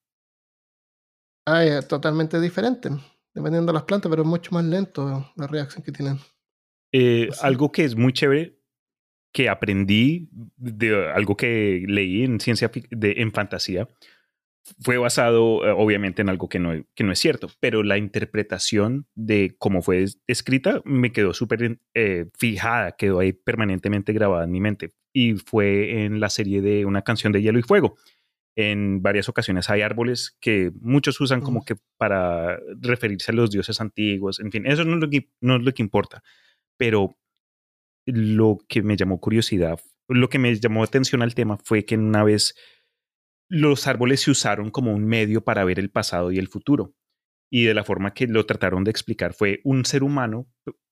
Es totalmente diferente, dependiendo de las plantas, pero es mucho más lento la reacción que tienen. Algo que es muy chévere, que aprendí de algo que leí en en fantasía, fue basado obviamente en algo que no es cierto, pero la interpretación de cómo fue escrita me quedó súper fijada, quedó ahí permanentemente grabada en mi mente. Y fue en la serie de Una canción de hielo y fuego. En varias ocasiones hay árboles que muchos usan como que para referirse a los dioses antiguos. En fin, eso no es lo que importa. Pero lo que me llamó atención al tema fue que una vez los árboles se usaron como un medio para ver el pasado y el futuro. Y de la forma que lo trataron de explicar fue un ser humano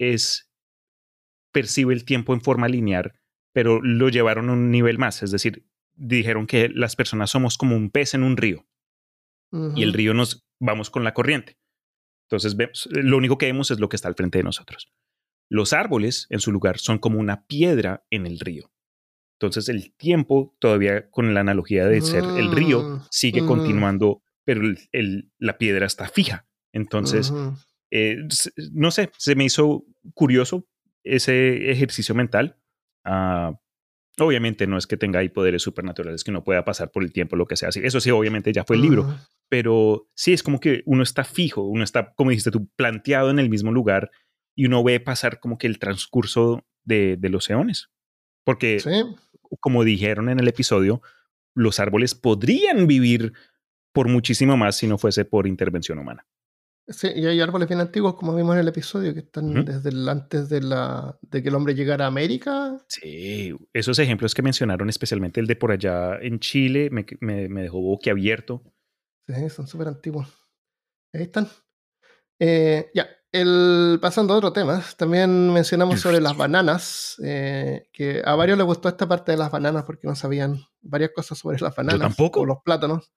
percibe el tiempo en forma lineal, pero lo llevaron a un nivel más. Es decir, dijeron que las personas somos como un pez en un río. Y el río vamos con la corriente. Entonces lo único que vemos es lo que está al frente de nosotros. Los árboles, en su lugar, son como una piedra en el río. Entonces el tiempo, todavía con la analogía de ser el río, sigue continuando, pero la piedra está fija. Entonces, no sé, se me hizo curioso ese ejercicio mental. Obviamente no es que tenga ahí poderes supernaturales que no pueda pasar por el tiempo, lo que sea. Eso sí, obviamente ya fue el libro. Pero sí, es como que uno está fijo, uno está, como dijiste tú, planteado en el mismo lugar y uno ve pasar como que el transcurso de los eones. Porque como dijeron en el episodio, los árboles podrían vivir por muchísimo más si no fuese por intervención humana. Sí, y hay árboles bien antiguos, como vimos en el episodio, que están desde antes de que el hombre llegara a América. Sí, esos ejemplos que mencionaron, especialmente el de por allá en Chile, me dejó boquiabierto. Sí, son súper antiguos. Ahí están. Ya, pasando a otro tema, también mencionamos sobre las bananas, que a varios les gustó esta parte de las bananas porque no sabían varias cosas sobre las bananas. Yo tampoco. O los plátanos.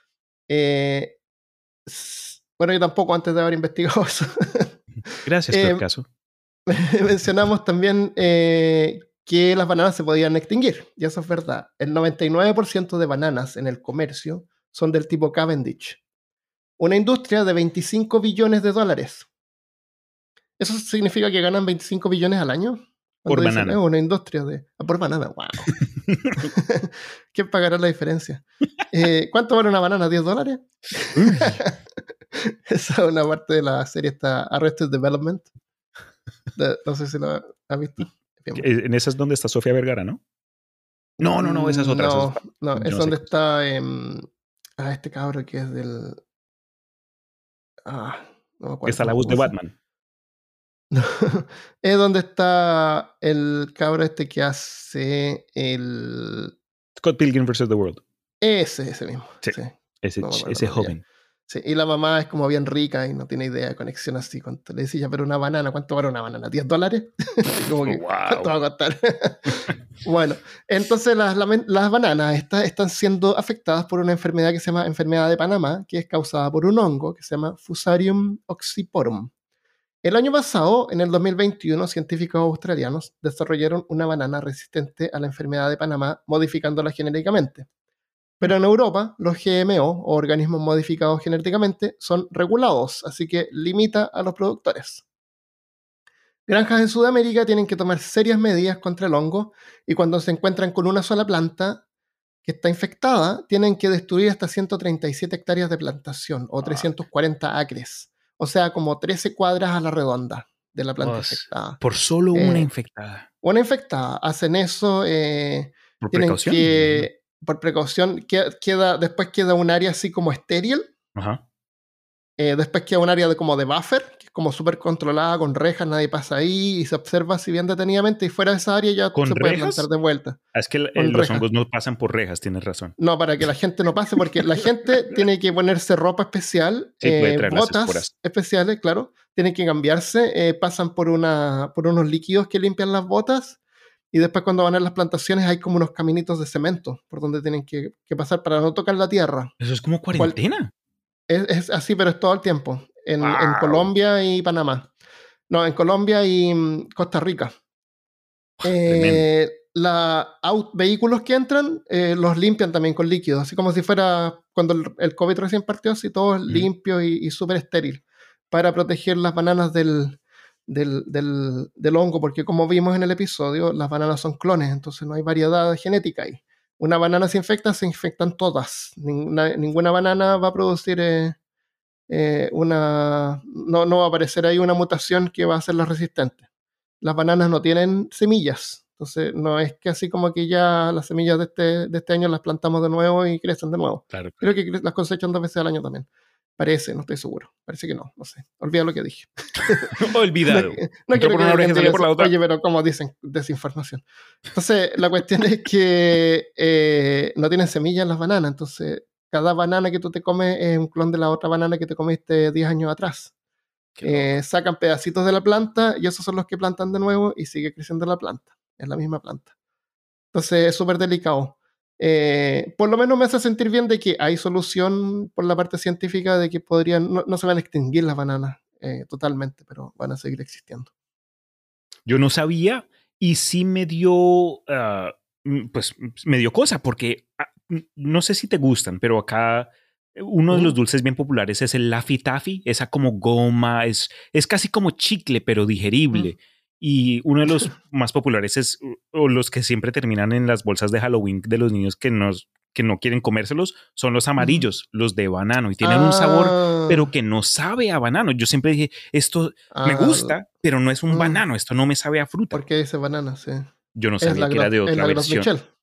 Bueno, yo tampoco, antes de haber investigado eso. Gracias por el caso. Mencionamos también que las bananas se podían extinguir, y eso es verdad. El 99% de bananas en el comercio son del tipo Cavendish, una industria de 25 billones de dólares. ¿Eso significa que ganan 25 billones al año? Por banana. Una industria por banana, wow. ¿Quién pagará la diferencia? ¿Cuánto vale una banana? ¿$10? Esa es una parte de la serie, está Arrested Development. No sé si lo has visto. En esa es donde está Sofía Vergara, ¿no? No, esa es otra. No, es donde está este cabro que es del... no me acuerdo. Está la voz de Batman. No, es donde está el cabro este que hace el... Scott Pilgrim vs. The World. Ese mismo. Sí. Sí. Ese joven. Sí, y la mamá es como bien rica y no tiene idea de conexión así. ¿Cuánto le decía? Pero una banana, ¿cuánto vale una banana? ¿$10? Como que, ¿cuánto va a costar? Bueno, entonces las bananas están siendo afectadas por una enfermedad que se llama enfermedad de Panamá, que es causada por un hongo que se llama Fusarium oxyporum. El año pasado, en el 2021, científicos australianos desarrollaron una banana resistente a la enfermedad de Panamá, modificándola genéticamente. Pero en Europa, los GMO, o organismos modificados genéticamente, son regulados, así que limita a los productores. Granjas en Sudamérica tienen que tomar serias medidas contra el hongo, y cuando se encuentran con una sola planta que está infectada, tienen que destruir hasta 137 hectáreas de plantación, o 340 acres. O sea, como 13 cuadras a la redonda de la planta infectada. Por solo una infectada. Una infectada. Hacen eso. Por tienen precaución. Por precaución. Después queda un área así como estéril. Ajá. Después queda un área de buffer, que es como súper controlada, con rejas, nadie pasa ahí y se observa así bien detenidamente, y fuera de esa área ya se puede plantar de vuelta. Es que los hongos no pasan por rejas, tienes razón. No, para que la gente no pase, porque la gente tiene que ponerse ropa especial, botas especiales, claro, tienen que cambiarse, pasan por unos líquidos que limpian las botas, y después cuando van a las plantaciones hay como unos caminitos de cemento por donde tienen que pasar para no tocar la tierra. Eso es como cuarentena. Es así, pero es todo el tiempo. En Colombia y Panamá. No, en Colombia y Costa Rica. Vehículos que entran los limpian también con líquidos, así como si fuera cuando el COVID recién partió, así todo limpio y súper estéril, para proteger las bananas del hongo, porque como vimos en el episodio, las bananas son clones, entonces no hay variedad genética ahí. Una banana se infectan todas. Ninguna banana va a producir no va a aparecer ahí una mutación que va a hacerlas resistentes. Las bananas no tienen semillas, entonces no es que así como que ya las semillas de este año las plantamos de nuevo y crecen de nuevo. Claro. Creo que las cosechan 2 veces al año también. Parece, no estoy seguro. Parece que no sé. Olvida lo que dije. Olvidado. No quiero por una oreja, salió por la otra. Oye, pero como dicen, desinformación. Entonces, la cuestión es que no tienen semillas las bananas. Entonces, cada banana que tú te comes es un clon de la otra banana que te comiste 10 años atrás. Sacan pedacitos de la planta y esos son los que plantan de nuevo y sigue creciendo la planta. Es la misma planta. Entonces, es súper delicado. Por lo menos me hace sentir bien de que hay solución por la parte científica de que no se van a extinguir las bananas totalmente, pero van a seguir existiendo. Yo no sabía y sí me dio, me dio cosa porque no sé si te gustan, pero acá uno de los dulces bien populares es el Laffy Taffy, esa como goma, es casi como chicle, pero digerible. Y uno de los más populares o los que siempre terminan en las bolsas de Halloween de los niños que no quieren comérselos, son los amarillos, los de banano, y tienen un sabor, pero que no sabe a banano. Yo siempre dije, esto me gusta, pero no es un banano, esto no me sabe a fruta. ¿Por qué dice banana? Sí. Yo no sabía que era de otra versión.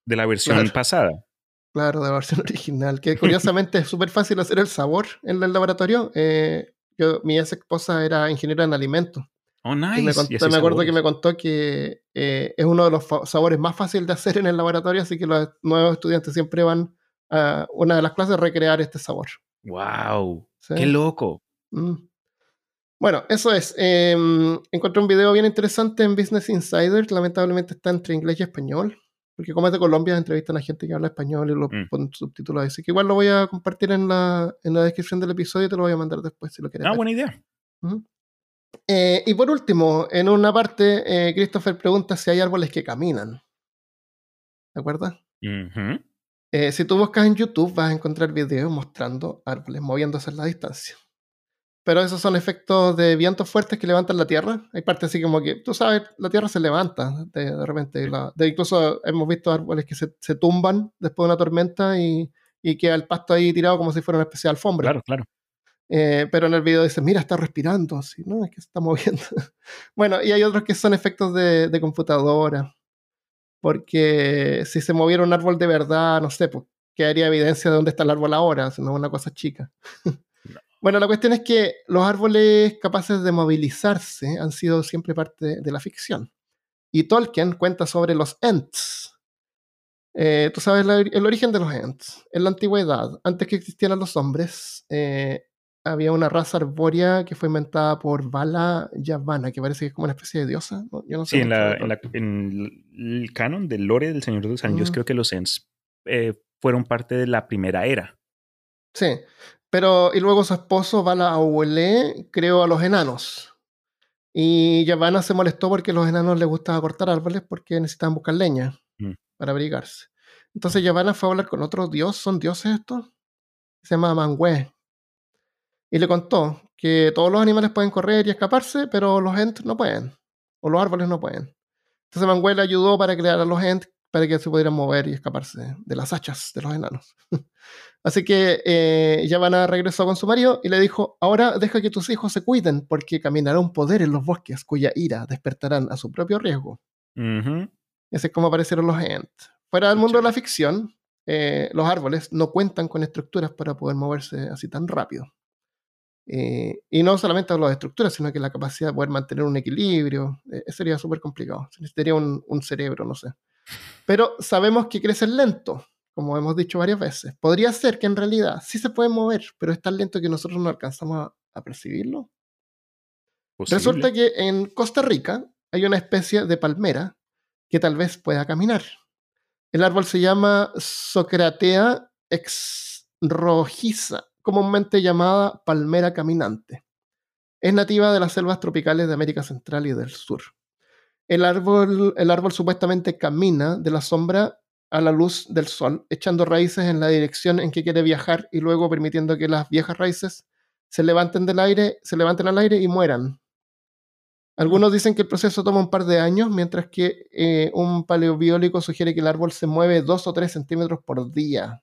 De la versión Claro. pasada. Claro, de la versión original, que curiosamente es súper fácil hacer el sabor en el laboratorio. Mi ex esposa era ingeniera en alimentos. Oh, Y nice. Y así me acuerdo que sabores. me contó que es uno de los sabores más fáciles de hacer en el laboratorio, así que los nuevos estudiantes siempre van a una de las clases a recrear este sabor. ¡Wow! ¿Sí? ¡Qué loco! Mm. Bueno, eso es. Encontré un video bien interesante en Business Insider. Lamentablemente está entre inglés y español. Porque como es de Colombia, entrevistan a gente que habla español y lo ponen subtitulado. Así que igual lo voy a compartir en la descripción del episodio y te lo voy a mandar después si lo quieres ver. Buena idea. Y por último, en una parte, Christopher pregunta si hay árboles que caminan. ¿De acuerdo? Ujú. Si tú buscas en YouTube vas a encontrar videos mostrando árboles moviéndose en la distancia. Pero esos son efectos de vientos fuertes que levantan la tierra. Hay partes así como que, tú sabes, la tierra se levanta de repente. Sí. Incluso hemos visto árboles que se tumban después de una tormenta y queda el pasto ahí tirado como si fuera una especie de alfombra. Claro, claro. Pero en el video dice, mira, está respirando. Así, no, es que se está moviendo. Bueno, y hay otros que son efectos de computadora. Porque si se moviera un árbol de verdad, no sé, pues quedaría evidencia de dónde está el árbol ahora, si no es una cosa chica. No. Bueno, la cuestión es que los árboles capaces de movilizarse han sido siempre parte de la ficción. Y Tolkien cuenta sobre los Ents. Tú sabes el origen de los Ents. En la antigüedad, antes que existieran los hombres, había una raza arbórea que fue inventada por Vala Yavanna, que parece que es como una especie de diosa. ¿No? Yo no sé Sí, mucho de Tolkien. en el canon del lore del Señor de los Anillos, Mm. creo que los Ents fueron parte de la primera era. Sí, pero y luego su esposo Vala Abuelé creó a los enanos. Y Yavanna se molestó porque a los enanos les gustaba cortar árboles porque necesitaban buscar leña para abrigarse. Entonces Yavanna fue a hablar con otro dios, ¿son dioses estos? Se llama Manwë. Y le contó que todos los animales pueden correr y escaparse, pero los Ents no pueden. O los árboles no pueden. Entonces Manwë le ayudó para crear a los Ents para que se pudieran mover y escaparse de las hachas de los enanos. Así que Yavanna regresó con su marido y le dijo, ahora deja que tus hijos se cuiden porque caminará un poder en los bosques cuya ira despertarán a su propio riesgo. Ujú. Ese es como aparecieron los Ents. Fuera del Qué mundo de la chévere. ficción, los árboles no cuentan con estructuras para poder moverse así tan rápido. Y no solamente hablo de estructuras, sino que la capacidad de poder mantener un equilibrio. Sería súper complicado. Se necesitaría un cerebro, no sé. Pero sabemos que crecen lento, como hemos dicho varias veces. Podría ser que en realidad sí se pueden mover, pero es tan lento que nosotros no alcanzamos a percibirlo. Resulta Posible. que en Costa Rica hay una especie de palmera que tal vez pueda caminar. El árbol se llama Socratea exrojiza, comúnmente llamada palmera caminante. Es nativa de las selvas tropicales de América Central y del Sur. El árbol supuestamente camina de la sombra a la luz del sol, echando raíces en la dirección en que quiere viajar y luego permitiendo que las viejas raíces se levanten al aire y mueran. Algunos dicen que el proceso toma un par de años, mientras que un paleobiólogo sugiere que el árbol se mueve 2 o 3 centímetros por día.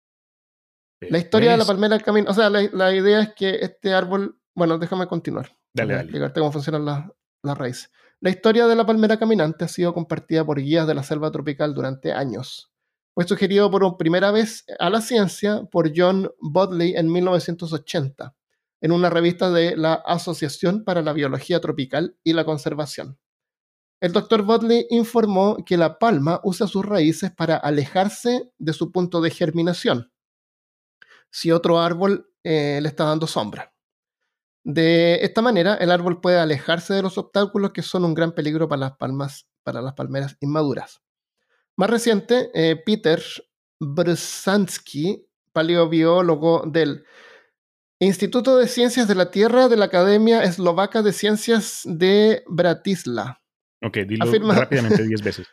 La historia de la Pues, palmera del camino, o sea, la idea es que este árbol, bueno, déjame continuar. dale, Voy a dale. explicarte cómo funcionan las raíces. La historia de la palmera caminante ha sido compartida por guías de la selva tropical durante años. Fue sugerido por primera vez a la ciencia por John Bodley en 1980, en una revista de la Asociación para la Biología Tropical y la Conservación. El Dr. Bodley informó que la palma usa sus raíces para alejarse de su punto de germinación si otro árbol le está dando sombra. De esta manera, el árbol puede alejarse de los obstáculos que son un gran peligro para las palmeras inmaduras. Más reciente, Peter Brzezinski, paleobiólogo del Instituto de Ciencias de la Tierra de la Academia Eslovaca de Ciencias de Bratislava, Ok, dilo afirma, rápidamente 10 veces.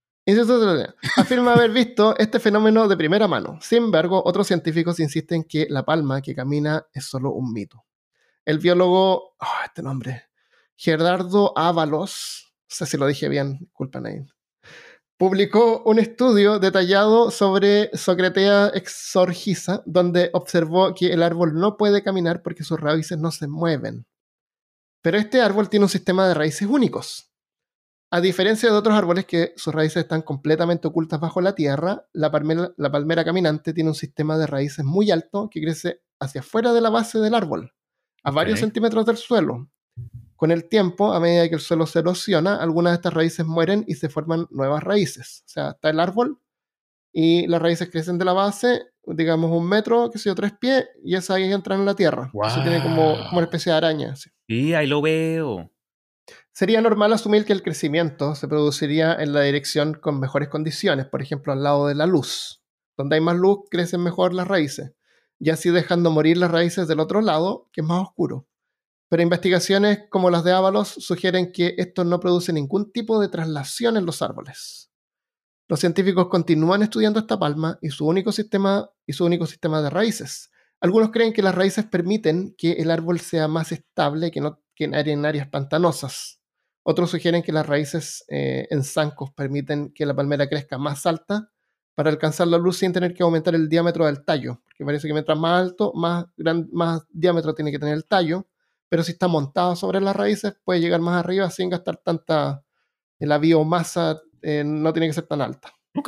afirma haber visto este fenómeno de primera mano. Sin embargo, otros científicos insisten que la palma que camina es solo un mito. El biólogo, este nombre, Gerardo Ávalos, no sé si lo dije bien, disculpen ahí, publicó un estudio detallado sobre Socratea exorgiza, donde observó que el árbol no puede caminar porque sus raíces no se mueven. Pero este árbol tiene un sistema de raíces únicos. A diferencia de otros árboles que sus raíces están completamente ocultas bajo la tierra, la palmera caminante tiene un sistema de raíces muy alto que crece hacia afuera de la base del árbol, a Ok. varios centímetros del suelo. Con el tiempo, a medida que el suelo se erosiona, algunas de estas raíces mueren y se forman nuevas raíces. O sea, está el árbol y las raíces crecen de la base, digamos 1 metro, qué sé yo, 3 pies, y esas ahí entran en la tierra. Eso tiene como una Wow. especie de araña. Así. Sí, ahí lo veo. Sería normal asumir que el crecimiento se produciría en la dirección con mejores condiciones, por ejemplo, al lado de la luz. Donde hay más luz, crecen mejor las raíces, y así dejando morir las raíces del otro lado, que es más oscuro. Pero investigaciones como las de Ábalos sugieren que esto no produce ningún tipo de traslación en los árboles. Los científicos continúan estudiando esta palma y su único sistema de raíces. Algunos creen que las raíces permiten que el árbol sea más estable que en áreas pantanosas. Otros sugieren que las raíces en zancos permiten que la palmera crezca más alta para alcanzar la luz sin tener que aumentar el diámetro del tallo, porque parece que mientras más alto, más diámetro tiene que tener el tallo, pero si está montado sobre las raíces puede llegar más arriba sin gastar tanta. La biomasa no tiene que ser tan alta. Ok.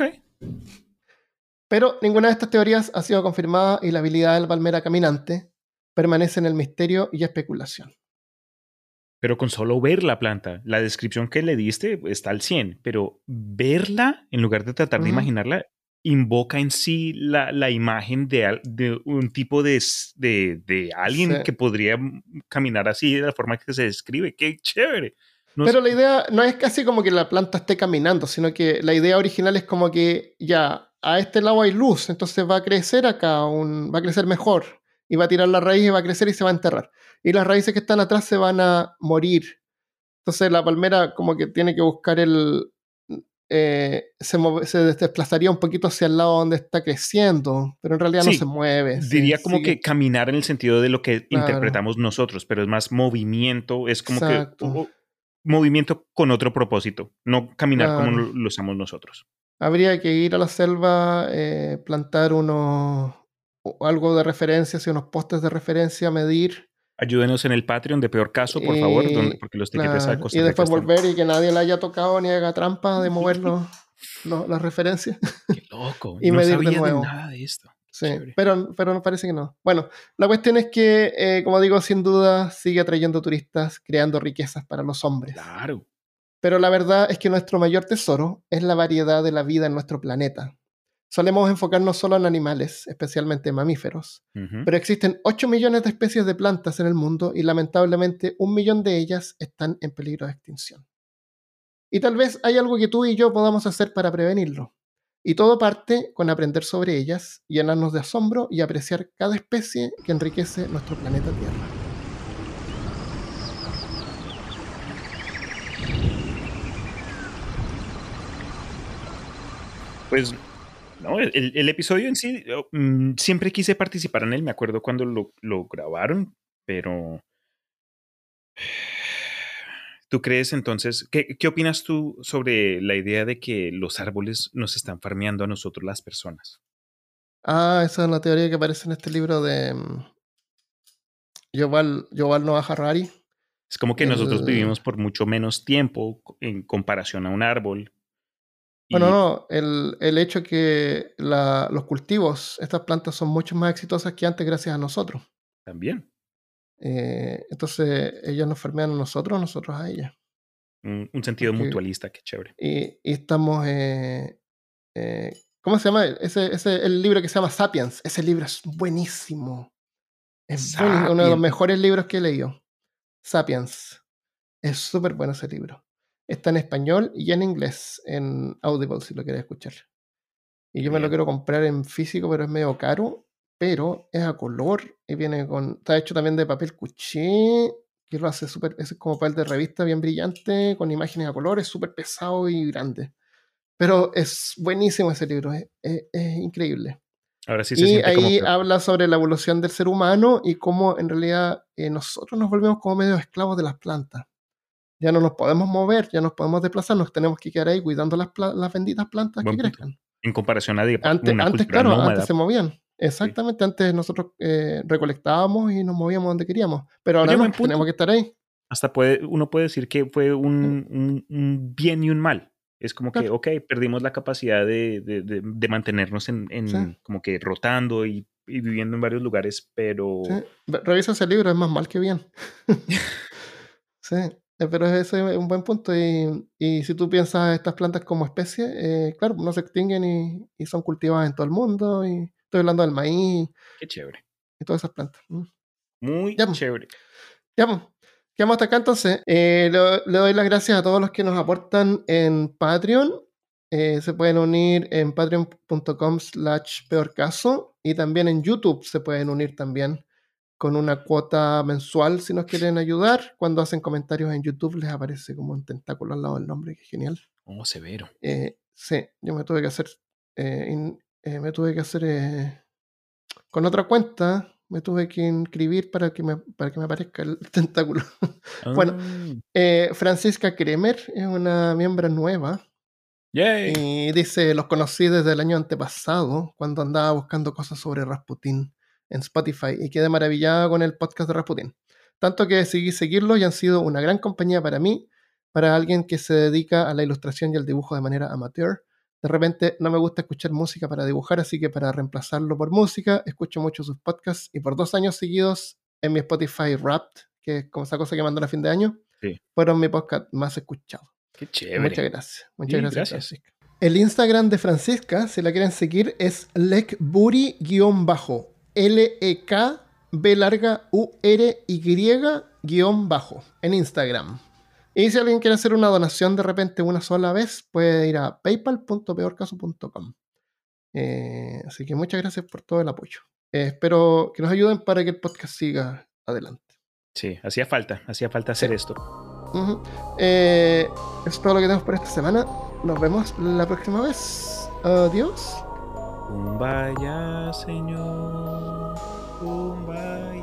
Pero ninguna de estas teorías ha sido confirmada y la habilidad de la palmera caminante permanece en el misterio y especulación. Pero con solo ver la planta, la descripción que le diste está al 100, pero verla, en lugar de tratar de imaginarla, invoca en sí la imagen de un tipo de alguien Sí. que podría caminar así de la forma que se describe. ¡Qué chévere! Pero la idea no es casi como que la planta esté caminando, sino que la idea original es como que ya a este lado hay luz, entonces va a crecer acá, va a crecer mejor, y va a tirar la raíz y va a crecer y se va a enterrar. Y las raíces que están atrás se van a morir. Entonces la palmera como que tiene que buscar se desplazaría un poquito hacia el lado donde está creciendo, pero en realidad no se Sí, mueve. diría como Sigue. que caminar en el sentido de lo que Claro, interpretamos nosotros, pero es más movimiento, es como que exacto, movimiento con otro propósito, no caminar como claro. lo usamos nosotros. Habría que ir a la selva, plantar algo de referencia, unos postes de referencia, medir, Ayúdenos en el Patreon de Peor Caso, por favor, y, porque los tickets a claro, y Costa Rica después están... volver y que nadie le haya tocado ni haga trampa de mover las referencias Qué loco, y no medir de sabía de nuevo. nada de esto. Qué Sí, chévere. pero no parece que no. Bueno, la cuestión es que, como digo, sin duda sigue atrayendo turistas, creando riquezas para los hombres. Claro. Pero la verdad es que nuestro mayor tesoro es la variedad de la vida en nuestro planeta. Solemos enfocarnos solo en animales, especialmente mamíferos, Ujú. pero existen 8 millones de especies de plantas en el mundo y lamentablemente 1 millón de ellas están en peligro de extinción. Y tal vez hay algo que tú y yo podamos hacer para prevenirlo. Y todo parte con aprender sobre ellas, llenarnos de asombro y apreciar cada especie que enriquece nuestro planeta Tierra. Pues no, el episodio en sí, siempre quise participar en él, me acuerdo cuando lo grabaron, pero ¿tú crees entonces, qué opinas tú sobre la idea de que los árboles nos están farmeando a nosotros las personas? Ah, esa es una teoría que aparece en este libro de Yuval Noah Harari. Es como que nosotros El, vivimos por mucho menos tiempo en comparación a un árbol bueno, y no, el hecho que los cultivos, estas plantas son mucho más exitosas que antes gracias a nosotros. también Entonces, ellas nos farmean a nosotros a ellas. un sentido Porque, mutualista, qué chévere. y estamos, ¿cómo se llama? El libro que se llama Sapiens. Ese libro es buenísimo. Es buenísimo, uno de los Sapien, mejores libros que he leído. Sapiens. Es súper bueno ese libro. Está en español y en inglés, en Audible, si lo quieres escuchar. Y qué yo me lo bien. quiero comprar en físico, pero es medio caro. Pero es a color y viene con. Está hecho también de papel cuché, que lo hace súper. Es como papel de revista bien brillante, con imágenes a color, es súper pesado y grande. Pero es buenísimo ese libro, es increíble. Ahora sí se Y siente como ahí que, habla sobre la evolución del ser humano y cómo en realidad nosotros nos volvemos como medio esclavos de las plantas. Ya no nos podemos mover, ya nos podemos desplazar, nos tenemos que quedar ahí cuidando las benditas plantas que buen punto, crezcan. en comparación a Antes, una antes, cultura claro, antes nómada. se movían. Sí. Exactamente, antes nosotros recolectábamos y nos movíamos donde queríamos. Pero ahora Oye, buen no, tenemos punto. que estar ahí. Hasta uno puede decir que fue un bien y un mal. Es como que, Claro. ok, perdimos la capacidad de mantenernos Sí. como que rotando y viviendo en varios lugares, pero Sí. Revisa ese libro, es más mal que bien. Sí, pero ese es un buen punto. Y si tú piensas estas plantas como especie, claro, no se extinguen y son cultivadas en todo el mundo. Y estoy hablando del maíz qué chévere. y todas esas plantas. Muy Ya, pues, chévere. ya, pues. Quedamos hasta acá entonces. Le doy las gracias a todos los que nos aportan en Patreon. Se pueden unir en patreon.com/peorcaso y también en YouTube se pueden unir también con una cuota mensual si nos quieren ayudar. Cuando hacen comentarios en YouTube les aparece como un tentáculo al lado del nombre, que genial. Oh, severo. Sí, yo me tuve que hacer, me tuve que hacer con otra cuenta, me tuve que inscribir para que me aparezca el tentáculo. Bueno, Ah, Francisca Kremer es una miembro nueva yay. y dice, los conocí desde el año antepasado, cuando andaba buscando cosas sobre Rasputín en Spotify y quedé maravillada con el podcast de Rasputín. Tanto que decidí seguirlos y han sido una gran compañía para mí, para alguien que se dedica a la ilustración y al dibujo de manera amateur. De repente no me gusta escuchar música para dibujar, así que para reemplazarlo por música, escucho mucho sus podcasts y por 2 años seguidos en mi Spotify Wrapped, que es como esa cosa que mandan a fin de año, Sí, fueron mi podcast más escuchado. qué Muchas chévere. gracias. Muchas Sí, gracias, gracias. Francisca. El Instagram de Francisca, si la quieren seguir, es lekburi_. L-E-K B larga U-R-Y_ en Instagram. Y si alguien quiere hacer una donación de repente una sola vez, puede ir a paypal.peorcaso.com. Así que muchas gracias por todo el apoyo. Espero que nos ayuden para que el podcast siga adelante. Sí, hacía falta Sí. hacer esto. Eso es todo lo que tenemos por esta semana. Nos vemos la próxima vez. Adiós. Kumbaya, Señor. Kumbaya.